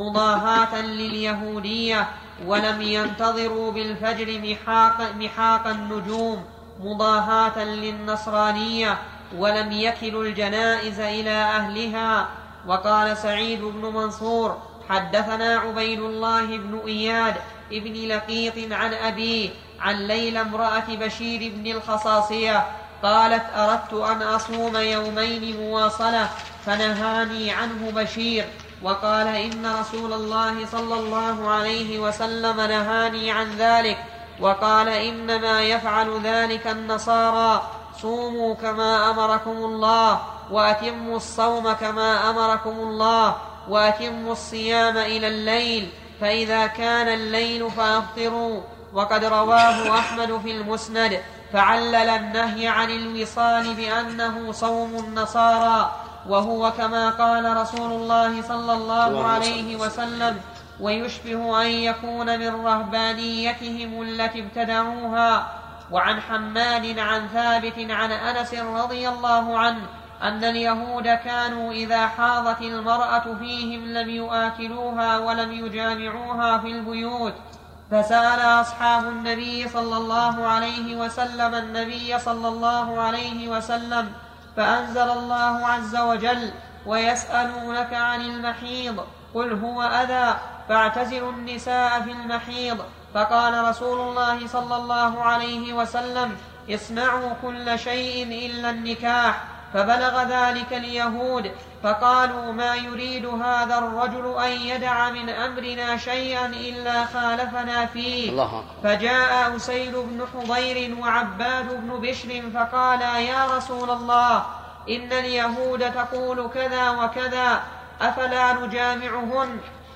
[SPEAKER 1] مضاهاة لليهودية، ولم ينتظروا بالفجر محاق, محاق النجوم مضاهاة للنصرانية، ولم يكلوا الجنائز إلى أهلها. وقال سعيد بن منصور: حدثنا عبيد الله بن إياد ابن لقيط عن أبيه عن ليلى امرأة بشير بن الخصاصية قالت: أردت أن أصوم يومين مواصلة فنهاني عنه بشير، وقال: إن رسول الله صلى الله عليه وسلم نهاني عن ذلك، وقال: إنما يفعل ذلك النصارى، صوموا كما أمركم الله، وأتموا الصوم كما أمركم الله، وأتموا الصيام إلى الليل، فإذا كان الليل فأفطروا. وقد رواه أحمد في المسند فعلل النهي عن الوصال بأنه صوم النصارى، وهو كما قال رسول الله صلى الله عليه وسلم: ويشبه أن يكون من رهبانيتهم التي ابتدعوها. وعن حماد عن ثابت عن أنس رضي الله عنه أن اليهود كانوا إذا حاضت المرأة فيهم لم يؤكلوها ولم يجامعوها في البيوت، فسأل أصحاب النبي صلى الله عليه وسلم النبي صلى الله عليه وسلم فأنزل الله عز وجل: ويسألونك عن المحيض قل هو أذى فاعتزلوا النساء في المحيض. فقال رسول الله صلى الله عليه وسلم: اصنعوا كل شيء إلا النكاح. فبلغ ذلك اليهود فقالوا: ما يريد هذا الرجل أن يدع من أمرنا شيئا إلا خالفنا فيه. الله. فجاء أسيد بن حضير وعباد بن بشر فقالا: يا رسول الله، إن اليهود تقول كذا وكذا، أفلا نجامعهن؟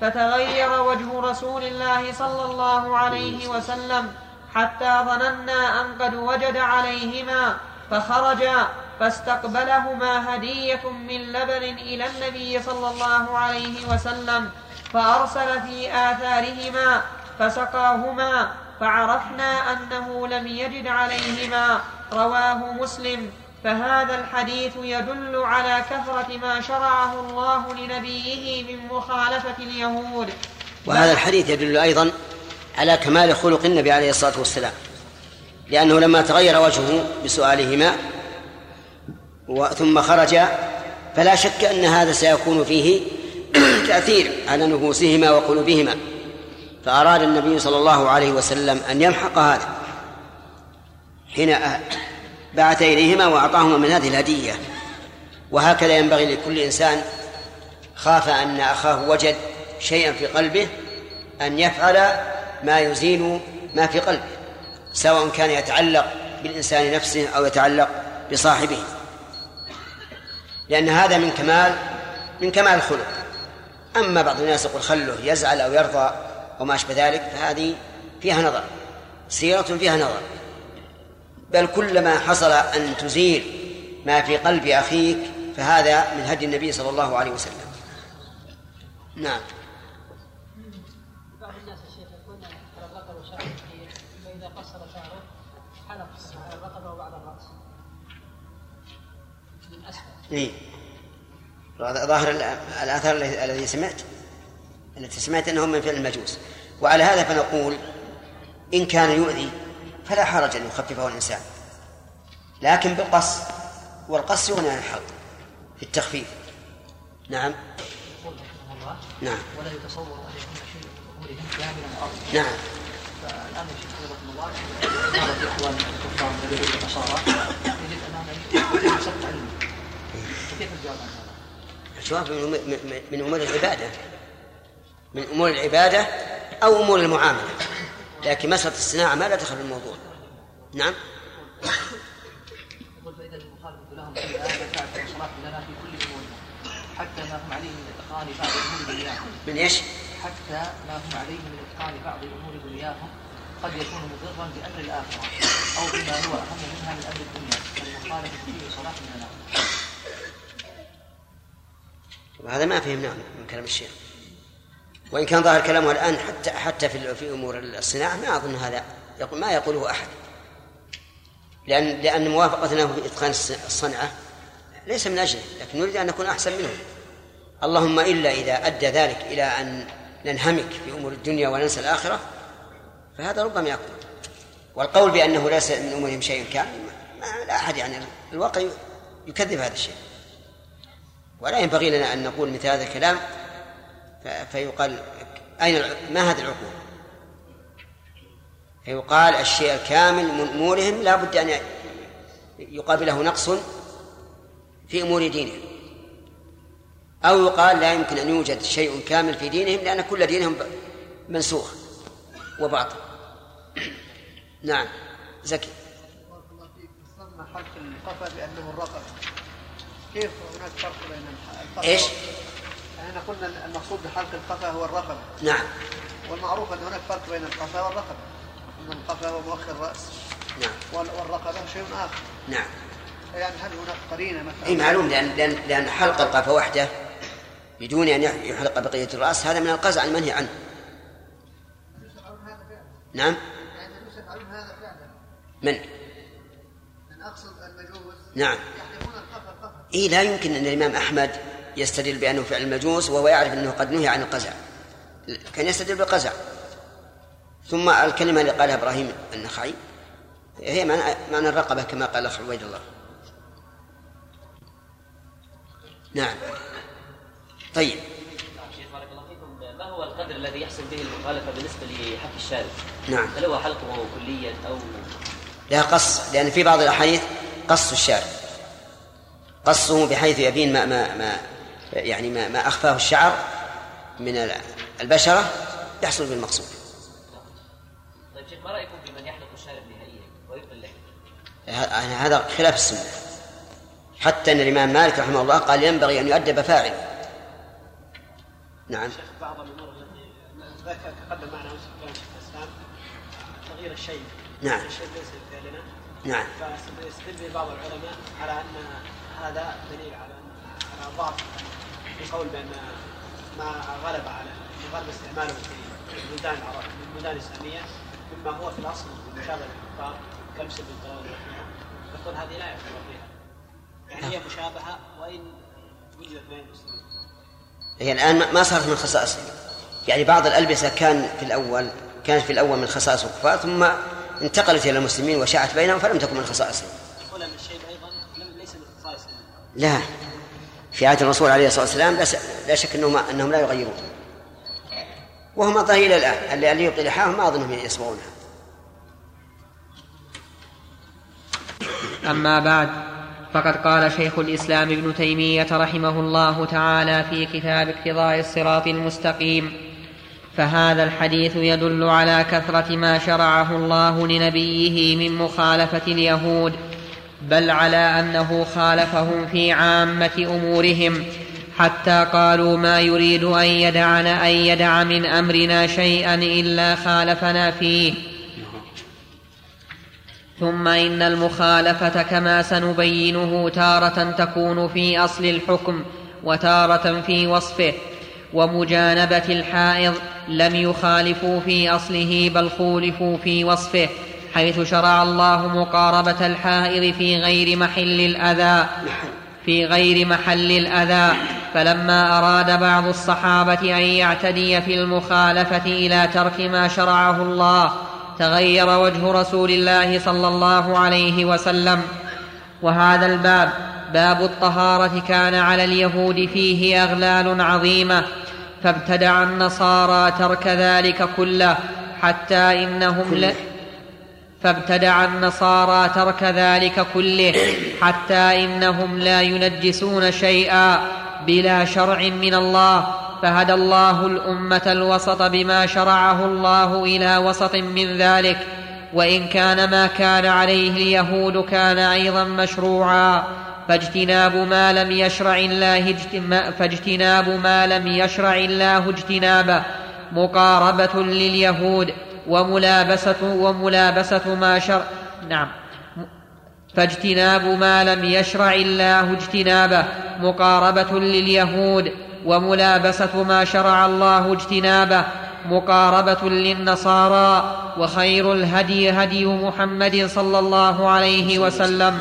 [SPEAKER 1] فتغير وجه رسول الله صلى الله عليه وسلم حتى ظننا أن قد وجد عليهما، فخرجا فاستقبلهما هدية من لبن إلى النبي صلى الله عليه وسلم فأرسل في آثارهما فسقاهما فعرفنا أنه لم يجد عليهما. رواه مسلم. فهذا الحديث يدل على كثرة ما شرعه الله لنبيه من مخالفة اليهود.
[SPEAKER 3] وهذا الحديث يدل أيضا على كمال خلق النبي عليه الصلاة والسلام، لأنه لما تغير وجهه بسؤالهما ثم خرج فلا شك أن هذا سيكون فيه تأثير على نفوسهما وقلوبهما، فأراد النبي صلى الله عليه وسلم أن يمحق هذا حين بعث إليهما وأعطاهما من هذه الهدية. وهكذا ينبغي لكل إنسان خاف أن أخاه وجد شيئا في قلبه أن يفعل ما يزيل ما في قلبه، سواء كان يتعلق بالإنسان نفسه أو يتعلق بصاحبه، لأن هذا من كمال من كمال الخلق. أما بعض الناس يقول خله يزعل أو يرضى وما أشبه ذلك، فهذه فيها نظر، سيرة فيها نظر. بل كلما حصل أن تزيل ما في قلب أخيك فهذا من هدي النبي صلى الله عليه وسلم. نعم.
[SPEAKER 6] بعض الناس الشيخ يقول على الرقبة وشعر كثير، فإذا قصر شعره حلق الرقبة وبعض الرأس من أسفل.
[SPEAKER 3] إيه. ظاهر الآثار الذي سمعت التي سمعت أنهم من فعل المجوس. وعلى هذا فنقول إن كان يؤذي فلا حرج أن يخففه الإنسان، لكن بالقص، والقص يغني عن الحلق في التخفيف. نعم. نعم.
[SPEAKER 6] ولا يتصور أن يكون شيء من أمورهم كاملا أرضا.
[SPEAKER 3] نعم.
[SPEAKER 6] فالآن الشيخ رحمه الله بعض الإخوان الكفار الذين النصارى يجب أمامنا سبب علمي، كيف الجواب عن هذا؟
[SPEAKER 3] الجواب من أمور العبادة، من أمور العبادة أو أمور المعاملة، لكن مسألة الصناعة ما لا دخل بالموضوع. نعم.
[SPEAKER 6] يقول فإذا المخالفة لهم في هذا تعرف الصلاة لنا في كل أمور حتى ما هم عليه من إتقان بعض أمور دنياهم.
[SPEAKER 3] من إيش؟
[SPEAKER 6] حتى ما هم عليه من إتقان بعض أمور دنياهم قد يكون مضرا بأمر الآخرة أو بما هو أهم منها من أمر الدنيا، فالمخالفة فيه صلاة لنا.
[SPEAKER 3] وهذا ما فهمناه من كلام الشيخ، وإن كان ظاهر كلامه الآن حتى حتى في في أمور الصناعة ما أظن هذا يقول ما يقوله أحد، لأن لأن موافقتنا في إتقان الصنعة ليس من أجله، لكن نريد أن نكون أحسن منهم. اللهم إلا إذا أدى ذلك إلى أن ننهمك في أمور الدنيا وننسى الآخرة فهذا ربما يكون. والقول بأنه ليس من أمورهم شيء كامل لا أحد، يعني الواقع يكذب هذا الشيء، ولا ينبغي لنا أن نقول مثل هذا الكلام فيقال أين ما هذه العقول، فيقال الشيء الكامل من أمورهم لا بد أن يقابله نقص في أمور دينهم، أو يقال لا يمكن أن يوجد شيء كامل في دينهم لأن كل دينهم منسوخ وباطل. نعم. زكي.
[SPEAKER 5] بارك الله فيك. فسرنا حلق القفا بأنه الرقبة، كيف هناك فرق بين القفا؟
[SPEAKER 3] إيش؟
[SPEAKER 5] يعني قلنا المقصود بحلق القفا هو الرقبة.
[SPEAKER 3] نعم.
[SPEAKER 5] والمعروف أن هناك فرق بين القفا والرقبة، أن القفا هو مؤخر الرأس.
[SPEAKER 3] نعم.
[SPEAKER 5] والرقبة شيء آخر.
[SPEAKER 3] نعم.
[SPEAKER 5] يعني هل هناك قرينة مثلا؟
[SPEAKER 3] أي معلوم، لأن لأن لأن حلق القفا وحده بدون أن يحلق بقية الرأس هذا من القزع المنهي عنه. نعم.
[SPEAKER 5] يعني يفعلون هذا فعلا.
[SPEAKER 3] من؟
[SPEAKER 5] أنا أقصد المجوس.
[SPEAKER 3] نعم.
[SPEAKER 5] يحلقون القفا القفا.
[SPEAKER 3] إيه لا يمكن أن الإمام أحمد يستدل بأنه فعل المجوس وهو يعرف أنه قد نهي عن القزع، كان يستدل بالقزع. ثم الكلمة اللي قالها إبراهيم النخعي هي معنى, معنى الرقبة كما قال أخ عبيد الله. نعم. طيب.
[SPEAKER 7] شيخ بارك الله فيكم، ما هو القدر الذي يحصل به المخالفة بالنسبة لحق الشارب؟
[SPEAKER 3] نعم.
[SPEAKER 7] هل هو حلقه كليا أو
[SPEAKER 3] لا قص؟ لأن في بعض الأحاديث قص الشارب، قصه بحيث يبين ما ما ما يعني ما, ما أخفاه الشعر من البشرة يحصل بالمقصود.
[SPEAKER 7] طيب شيخ، ما رأيكم بمن يحلق الشارب نهائيا ويبقي اللحية؟
[SPEAKER 3] هذا خلاف السنة، حتى أن الإمام مالك رحمه الله قال ينبغي أن يؤدب فاعل. نعم.
[SPEAKER 5] بعض الأمور التي تقدم معنا في الإسلام تغيير الشيء.
[SPEAKER 3] نعم.
[SPEAKER 5] الشيء ليس فعلنا
[SPEAKER 3] نعم.
[SPEAKER 8] فيستدل بعض العلماء على أن هذا دليل على على ضعف في قول بأن ما غلب على غلب استعماله في البلدان العربية البلدان الإسلامية مما هو في الأصل مشابه للكفار كمس بالقرآن يقول هذه لا يعتبر فيها يعني هي مشابهة وإن وجدت بين المسلمين.
[SPEAKER 3] هي الآن ما صارت من خصائص، يعني بعض الألبسة كان في الأول كانت في الأول من خصائص الكفار ثم انتقلت إلى المسلمين وشاعت بينهم فلم تكن من خصائصهم.
[SPEAKER 8] يقول أن الشيء أيضا ليس من خصائصهم.
[SPEAKER 3] لا، في عهد الرسول عليه الصلاة والسلام لا شك أنهم أنهم لا يغيرون، وهم ظاهرين إلى الآن اللي يبطل لحاهم ما أظنهم يصبغونها.
[SPEAKER 1] أما بعد، فقد قال شيخ الإسلام ابن تيمية رحمه الله تعالى في كتاب اقتضاء الصراط المستقيم: فهذا الحديث يدل على كثرة ما شرعه الله لنبيه من مخالفة اليهود، بل على أنه خالفهم في عامة أمورهم، حتى قالوا ما يريد أن يدعنا أن يدع من أمرنا شيئا إلا خالفنا فيه. ثم إن المخالفة كما سنبينه تارة تكون في أصل الحكم وتارة في وصفه، ومجانبة الحائض لم يخالفوا في أصله بل خولفوا في وصفه، حيث شرع الله مقاربة الحائض في غير محل الأذى في غير محل الأذى فلما أراد بعض الصحابة أن يعتدي في المخالفة إلى ترك ما شرعه الله تغير وجه رسول الله صلى الله عليه وسلم. وهذا الباب باب الطهارة كان على اليهود فيه أغلال عظيمة، فابتدع النصارى ترك ذلك كله حتى إنهم ل... فابتدع النصارى ترك ذلك كله حتى إنهم لا ينجسون شيئا بلا شرع من الله، فهدى الله الأمة الوسط بما شرعه الله إلى وسط من ذلك، وإن كان ما كان عليه اليهود كان أيضا مشروعا، فاجتناب ما لم يشرع الله فاجتناب ما لم يشرع الله اجتنابه مقاربة لليهود وملابسة وملابسة ما شرع نعم فاجتناب ما لم يشرع الله اجتنابه مقاربة لليهود وملابسة ما شرع الله اجتنابه مقاربة للنصارى، وخير الهدي هدي محمد صلى الله عليه وسلم.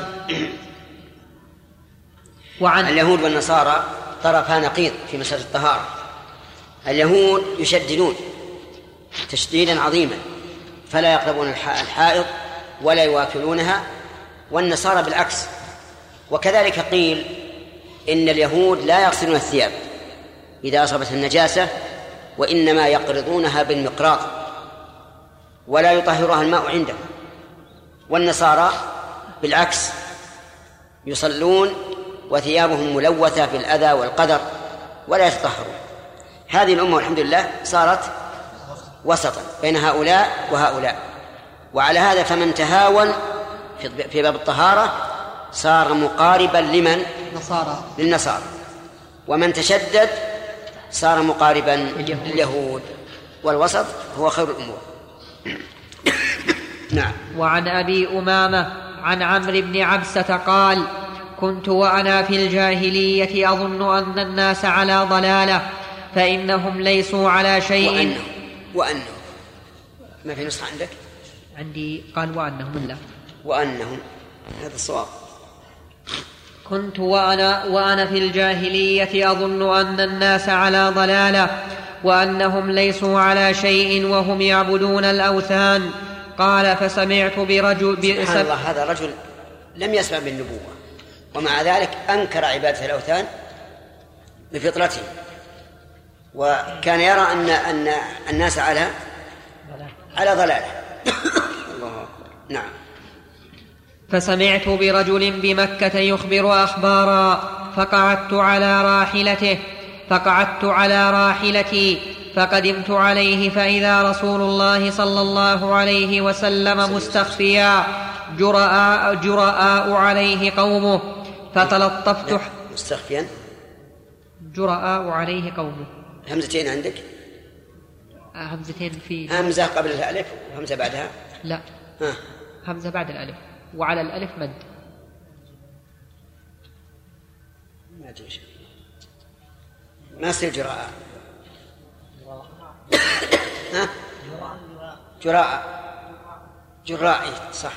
[SPEAKER 3] وعن اليهود والنصارى طرفا نقيض في مسألة الطهارة. اليهود يشددون تشديدا عظيما فلا يقربون الحائض ولا يواكلونها، والنصارى بالعكس. وكذلك قيل إن اليهود لا يغسلون الثياب إذا أصابت النجاسة، وإنما يقرضونها بالمقراض ولا يطهرها الماء عندهم، والنصارى بالعكس يصلون وثيابهم ملوثة بالأذى والقدر ولا يتطهرون. هذه الأمة والحمد لله صارت وسطا بين هؤلاء وهؤلاء، وعلى هذا فمن تهاون في باب الطهارة صار مقاربا لمن؟ نصارى للنصارى، ومن تشدد صار مقاربا لليهود، والوسط هو خير الأمور. نعم.
[SPEAKER 1] وعن أبي أمامة عن عمرو بن عبسة قال: كنت وأنا في الجاهلية أظن أن الناس على ضلالة فإنهم ليسوا على شيء.
[SPEAKER 3] وأنهم وأنهم ما في نسخة عندك؟
[SPEAKER 1] عندي قال وأنهم لا
[SPEAKER 3] وأنهم هذا الصواب.
[SPEAKER 1] كنت وأنا, وأنا في الجاهلية أظن أن الناس على ضلالة وأنهم ليسوا على شيء وهم يعبدون الأوثان. قال: فسمعت برجل
[SPEAKER 3] سبحان الله، هذا رجل لم يسمع بالنبوة ومع ذلك أنكر عبادة الأوثان بفطرته، وكان يرى أن أن الناس على على ضلالة. الله أكبر. نعم.
[SPEAKER 1] فسمعت برجل بمكة يخبر أخبارا فقعدت على راحلته فقعدت على راحلتي فقدمت عليه فإذا رسول الله صلى الله عليه وسلم مستخفيا جرآء, جرآء عليه قومه فتلطفت.
[SPEAKER 3] مستخفيا
[SPEAKER 1] جرآء عليه قومه.
[SPEAKER 3] همزتين عندك؟
[SPEAKER 1] همزتين في
[SPEAKER 3] همزة قبل الألف وهمزة بعدها؟
[SPEAKER 1] لا.
[SPEAKER 3] ها.
[SPEAKER 1] همزة بعد الألف.
[SPEAKER 9] وعلى الألف مد.
[SPEAKER 3] ما أدري شيء. ما يصير جراء. ها؟ جراء. جراء صح.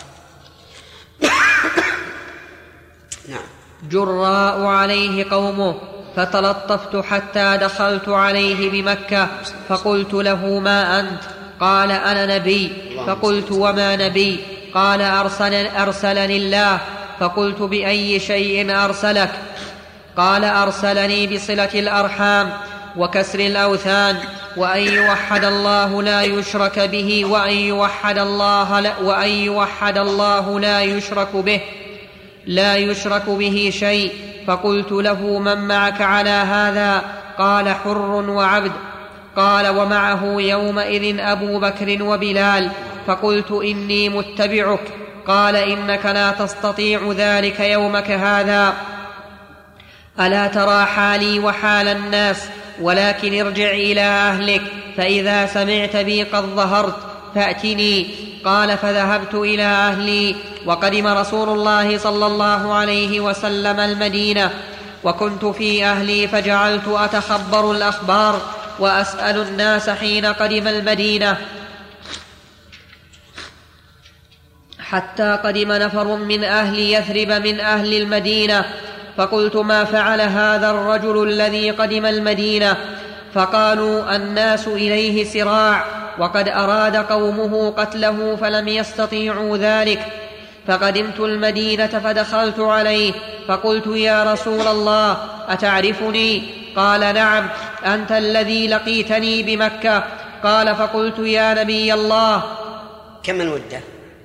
[SPEAKER 3] نعم.
[SPEAKER 1] جراء عليه قومه، فتلطفت حتى دخلت عليه بمكة فقلت له: ما أنت؟ قال: أنا نبي. فقلت: وما نبي؟ قال: أرسل أرسلني الله. فقلت: بأي شيء أرسلك؟ قال: أرسلني بصلة الأرحام وكسر الأوثان وأن يوحد الله لا يشرك به وأن يوحد الله لا, وأن يوحد الله لا يشرك به لا يشرك به شيء. فقلت له: من معك على هذا؟ قال: حر وعبد. قال: ومعه يومئذ أبو بكر وبلال. فقلت: إني متبعك. قال: إنك لا تستطيع ذلك يومك هذا. ألا ترى حالي وحال الناس؟ ولكن ارجع إلى أهلك، فإذا سمعت بي قد ظهرت فأتني. قال: فذهبت إلى أهلي، وقدم رسول الله صلى الله عليه وسلم المدينة، وكنت في أهلي فجعلت أتخبر الأخبار وأسأل الناس حين قدم المدينة، حتى قدم نفر من أهل يثرب من أهل المدينة، فقلت: ما فعل هذا الرجل الذي قدم المدينة؟ فقالوا: الناس إليه سراع، وقد أراد قومه قتله فلم يستطيعوا ذلك. فقدمت المدينة فدخلت عليه فقلت: يا رسول الله، أتعرفني؟ قال: نعم، أنت الذي لقيتني بمكة. قال: فقلت: يا نبي الله.
[SPEAKER 3] كم المدة؟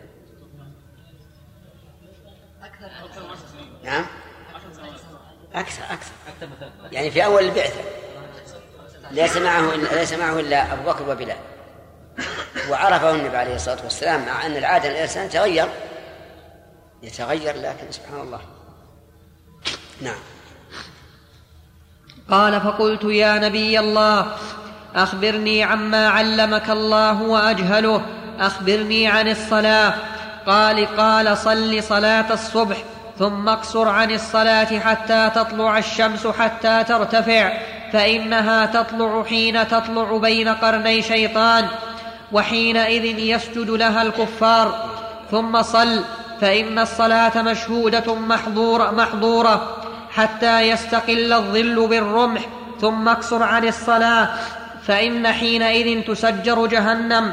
[SPEAKER 3] نعم أكثر أكثر يعني في أول البعثة ليس معه ليس معه إلا أبو بكر وبلال، وعرفه النبي عليه الصلاة والسلام، مع أن العادة الإنسان تغير يتغير لكن سبحان الله. نعم.
[SPEAKER 1] قال: فقلت: يا نبي الله، أخبرني عما علمك الله وأجهله، أخبرني عن الصلاة. قال قال صل صلاة الصبح، ثم اقصر عن الصلاة حتى تطلع الشمس حتى ترتفع، فإنها تطلع حين تطلع بين قرني شيطان، وحينئذ يسجد لها الكفار. ثم صل، فإن الصلاة مشهودة محظورة, محظورة حتى يستقل الظل بالرمح. ثم اقصر عن الصلاة، فإن حينئذ تسجر جهنم.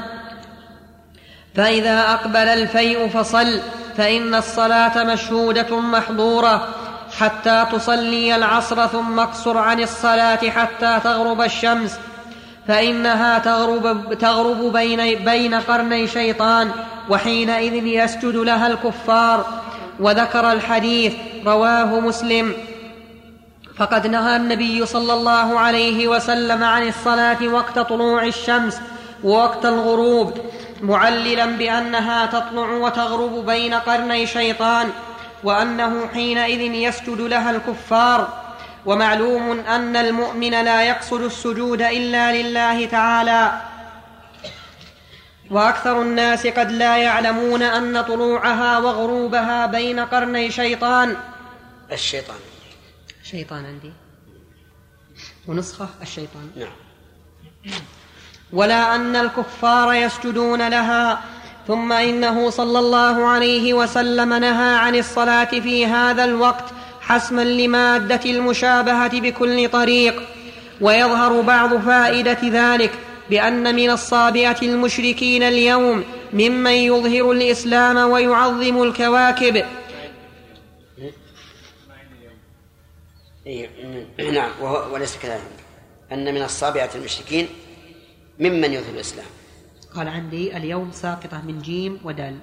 [SPEAKER 1] فإذا أقبل الفيء فصل، فإن الصلاة مشهودة محظورة حتى تصلي العصر. ثم اقصر عن الصلاة حتى تغرب الشمس، فإنها تغرب, تغرب بين, بين قرني شيطان، وحينئذ يسجد لها الكفار. وذكر الحديث، رواه مسلم. فقد نهى النبي صلى الله عليه وسلم عن الصلاة وقت طلوع الشمس ووقت الغروب، معللا بأنها تطلع وتغرب بين قرني شيطان، وأنه حينئذ يسجد لها الكفار. ومعلوم أن المؤمن لا يقصد السجود إلا لله تعالى، وأكثر الناس قد لا يعلمون أن طلوعها وغروبها بين قرني شيطان.
[SPEAKER 3] الشيطان
[SPEAKER 1] شيطان عندي ونسخة الشيطان.
[SPEAKER 3] نعم.
[SPEAKER 1] ولا أن الكفار يسجدون لها. ثم إنه صلى الله عليه وسلم نهى عن الصلاة في هذا الوقت حسما لمادة المشابهة بكل طريق. ويظهر بعض فائدة ذلك بأن من الصابئة المشركين اليوم ممن يظهر الإسلام ويعظم الكواكب.
[SPEAKER 3] نعم، وليس كذلك، أن من الصابئة المشركين ممن يظهر الإسلام.
[SPEAKER 1] قال عندي اليوم ساقطة من جيم ودال.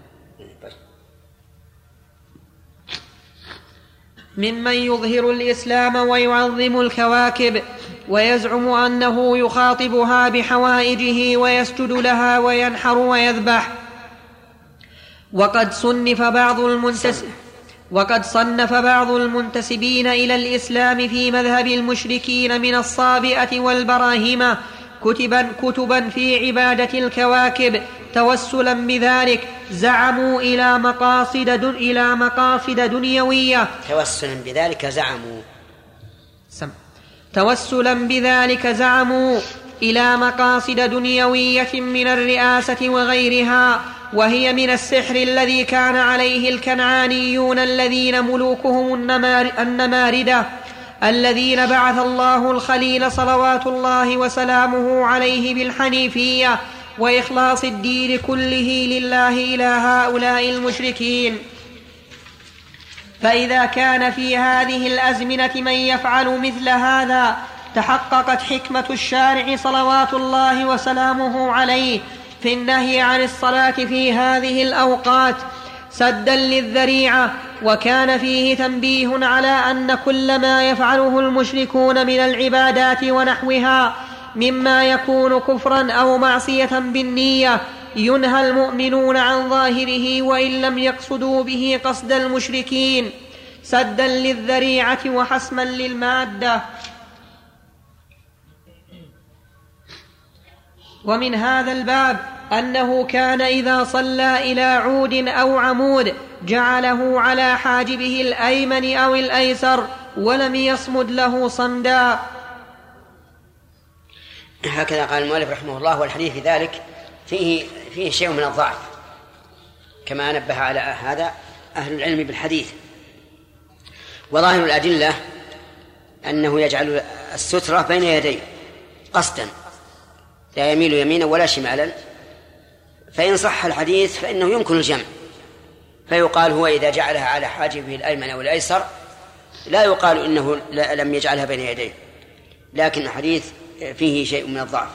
[SPEAKER 1] ممن يظهر الإسلام ويعظم الكواكب، ويزعم أنه يخاطبها بحوائجه ويسجد لها وينحر ويذبح. وقد صنف بعض المنتسب وقد صنف بعض المنتسبين إلى الإسلام في مذهب المشركين من الصابئة والبراهمة كتبا, كتبا في عبادة الكواكب توسلا بذلك زعموا إلى مقاصد, دن إلى مقاصد دنيوية
[SPEAKER 3] توسلا بذلك زعموا
[SPEAKER 1] سم. توسلا بذلك زعموا إلى مقاصد دنيوية من الرئاسة وغيرها، وهي من السحر الذي كان عليه الكنعانيون الذين ملوكهم النماردة الذين بعث الله الخليل صلوات الله وسلامه عليه بالحنيفية وإخلاص الدين كله لله إلى هؤلاء المشركين. فإذا كان في هذه الأزمنة من يفعل مثل هذا تحققت حكمة الشارع صلوات الله وسلامه عليه في النهي عن الصلاة في هذه الأوقات سدا للذريعة، وكان فيه تنبيه على أن كل ما يفعله المشركون من العبادات ونحوها مما يكون كفرا أو معصية بالنية ينهى المؤمنون عن ظاهره وإن لم يقصدوا به قصد المشركين سدا للذريعة وحسما للمادة. ومن هذا الباب أنه كان إذا صلى إلى عود أو عمود جعله على حاجبه الأيمن أو الأيسر ولم يصمد له صمدا.
[SPEAKER 3] هكذا قال المؤلف رحمه الله. والحديث في ذلك فيه, فيه شيء من الضعف كما نبه على هذا أهل العلم بالحديث. وظاهر الأدلة أنه يجعل السترة بين يديه قصدا لا يميل يمينا ولا شمالا، فإن صح الحديث فإنه يمكن الجمع، فيقال هو إذا جعلها على حاجبه الأيمن أو الأيسر لا يقال إنه لم يجعلها بين يديه، لكن الحديث فيه شيء من الضعف.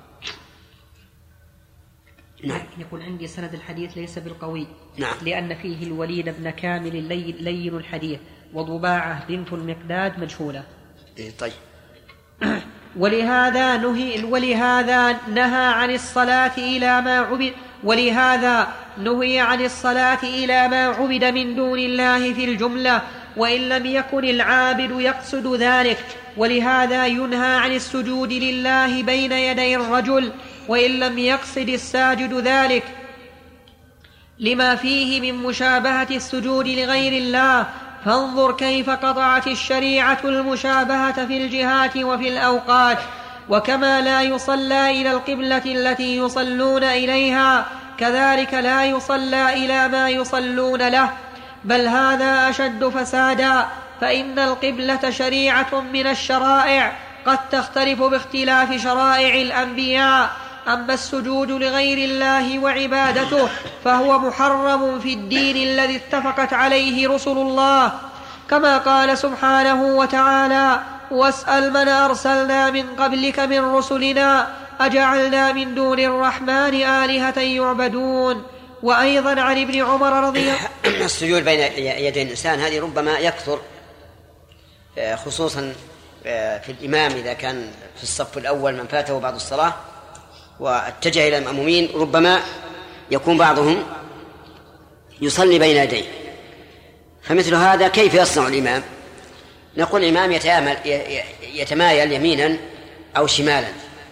[SPEAKER 1] نعم. يقول عندي سند الحديث ليس بالقوي.
[SPEAKER 3] نعم.
[SPEAKER 1] لأن فيه الوليد بن كامل لين الحديث وضباعة بنت المقداد مجهولة.
[SPEAKER 3] طيب.
[SPEAKER 1] ولهذا نهي ولهذا نهى عن الصلاة إلى ما عبد ولهذا نهي عن الصلاة إلى ما عبد من دون الله في الجملة وإن لم يكن العابد يقصد ذلك. ولهذا ينهى عن السجود لله بين يدي الرجل وإن لم يقصد الساجد ذلك لما فيه من مشابهة السجود لغير الله. فانظر كيف قطعت الشريعة المشابهة في الجهات وفي الأوقات. وكما لا يصلى إلى القبلة التي يصلون إليها كذلك لا يصلى إلى ما يصلون له، بل هذا أشد فسادا، فإن القبلة شريعة من الشرائع قد تختلف باختلاف شرائع الأنبياء. أما السجود لغير الله وعبادته فهو محرم في الدين الذي اتفقت عليه رسل الله، كما قال سبحانه وتعالى: واسأل من أرسلنا من قبلك من رسلنا أجعلنا من دون الرحمن آلهة يعبدون. وأيضا عن ابن عمر رضي الله عنه
[SPEAKER 3] السجود بين يدي الإنسان هذه ربما يكثر، خصوصا في الإمام إذا كان في الصف الأول من فاته بعض الصلاة واتجه إلى المأمومين ربما يكون بعضهم يصلي بين يديه، فمثل هذا كيف يصنع الإمام؟ نقول الإمام يتمايل, يتمايل يمينا أو شمالا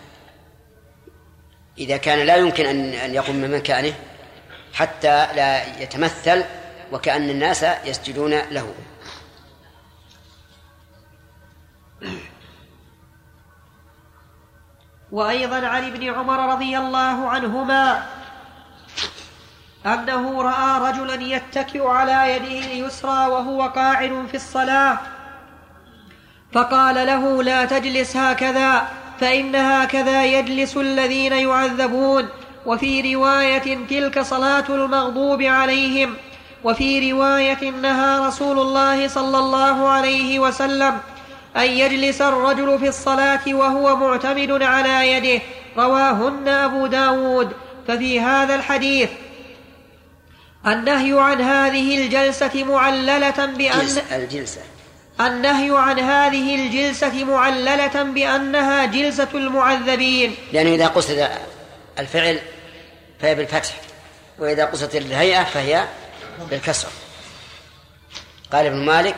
[SPEAKER 3] إذا كان لا يمكن أن يقوم من مكانه حتى لا يتمثل وكأن الناس يسجدون له.
[SPEAKER 1] وأيضا عن ابن عمر رضي الله عنهما أنه رأى رجلا يتكئ على يده اليسرى وهو قاعد في الصلاة فقال له: لا تجلس هكذا، فإن هكذا يجلس الذين يعذبون. وفي رواية: تلك صلاة المغضوب عليهم. وفي رواية: نهى رسول الله صلى الله عليه وسلم أن يجلس الرجل في الصلاة وهو معتمد على يده. رواهن أبو داود. ففي هذا الحديث النهي عن هذه الجلسة معللة بأن
[SPEAKER 3] الجلسة
[SPEAKER 1] النهي عن هذه الجلسة معللة بأنها جلسة المعذبين،
[SPEAKER 3] لأنه إذا قصد الفعل فهي بالفتح، وإذا قصدت الهيئة فهي بالكسر. قال ابن مالك: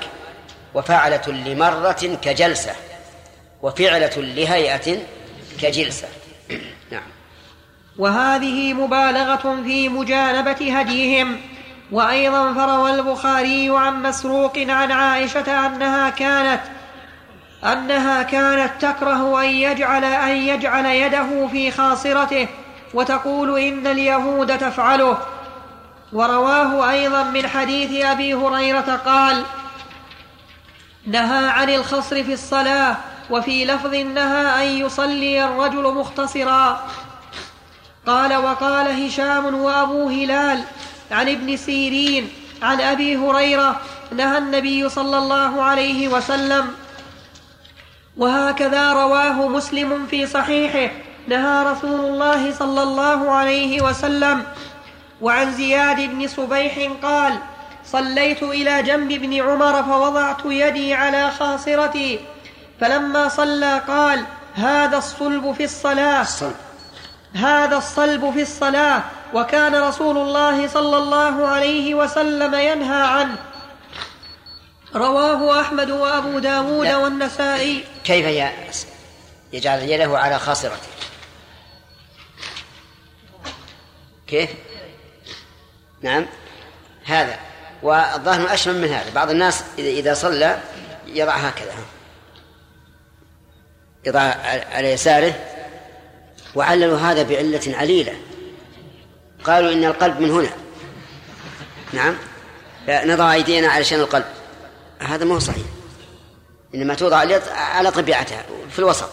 [SPEAKER 3] وفعلة لمرة كجلسة، وفعلة لهيئة كجلسة.
[SPEAKER 1] وهذه مبالغة في مجانبة هديهم. وأيضا فروى البخاري عن مسروق عن عائشة أنها كانت أنها كانت تكره أن يجعل, أن يجعل يده في خاصرته وتقول إن اليهود تفعله. ورواه أيضا من حديث أبي هريرة قال: نهى عن الخصر في الصلاة، وفي لفظ نهى أن يصلي الرجل مختصرا. قال: وقال هشام وأبو هلال عن ابن سيرين عن أبي هريرة نهى النبي صلى الله عليه وسلم. وهكذا رواه مسلم في صحيحه: نهى رسول الله صلى الله عليه وسلم. وعن زياد بن صبيح قال: صليت إلى جنب ابن عمر فوضعت يدي على خاصرتي، فلما صلى قال: هذا الصلب في الصلاة هذا الصلب في الصلاة وكان رسول الله صلى الله عليه وسلم ينهى عنه. رواه أحمد وأبو داود لا. والنسائي.
[SPEAKER 3] كيف يجعل يده على خاصرته؟ كيف؟ نعم هذا، والظاهر أشمل من هذا. بعض الناس إذا صلى يضع هكذا، يضع على يساره، وعللوا هذا بعلة عليلة، قالوا إن القلب من هنا. نعم، نضع أيدينا علشان القلب، هذا ما هو صحيح، إنما توضع على طبيعتها في الوسط.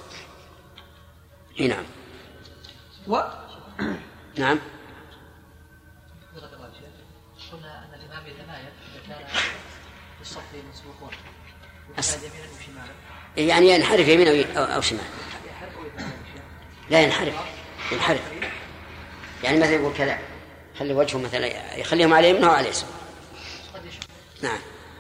[SPEAKER 3] نعم
[SPEAKER 1] و...
[SPEAKER 3] نعم.
[SPEAKER 6] قلنا أن الإمام يتمايل إذا كان في الصف مسبوقون يمينا وشمالا،
[SPEAKER 3] يعني ينحرف يمين أو شمال. لا ينحرف، ينحرف يعني مثلا يقول كذا، خلي وجهه مثلا يخليهم على يمينه وعلى يساره. نعم.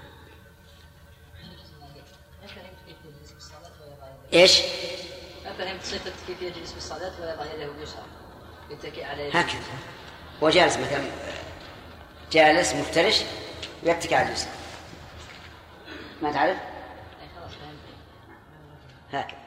[SPEAKER 3] ايش؟
[SPEAKER 6] فهمت صفة كيف يجلس في الصلاة ويضع يده اليسرى يتكئ على يده
[SPEAKER 3] هكذا، هو جالس مثلا جالس مفترش ويتكئ على اليسار، ما تعرف؟ هكذا.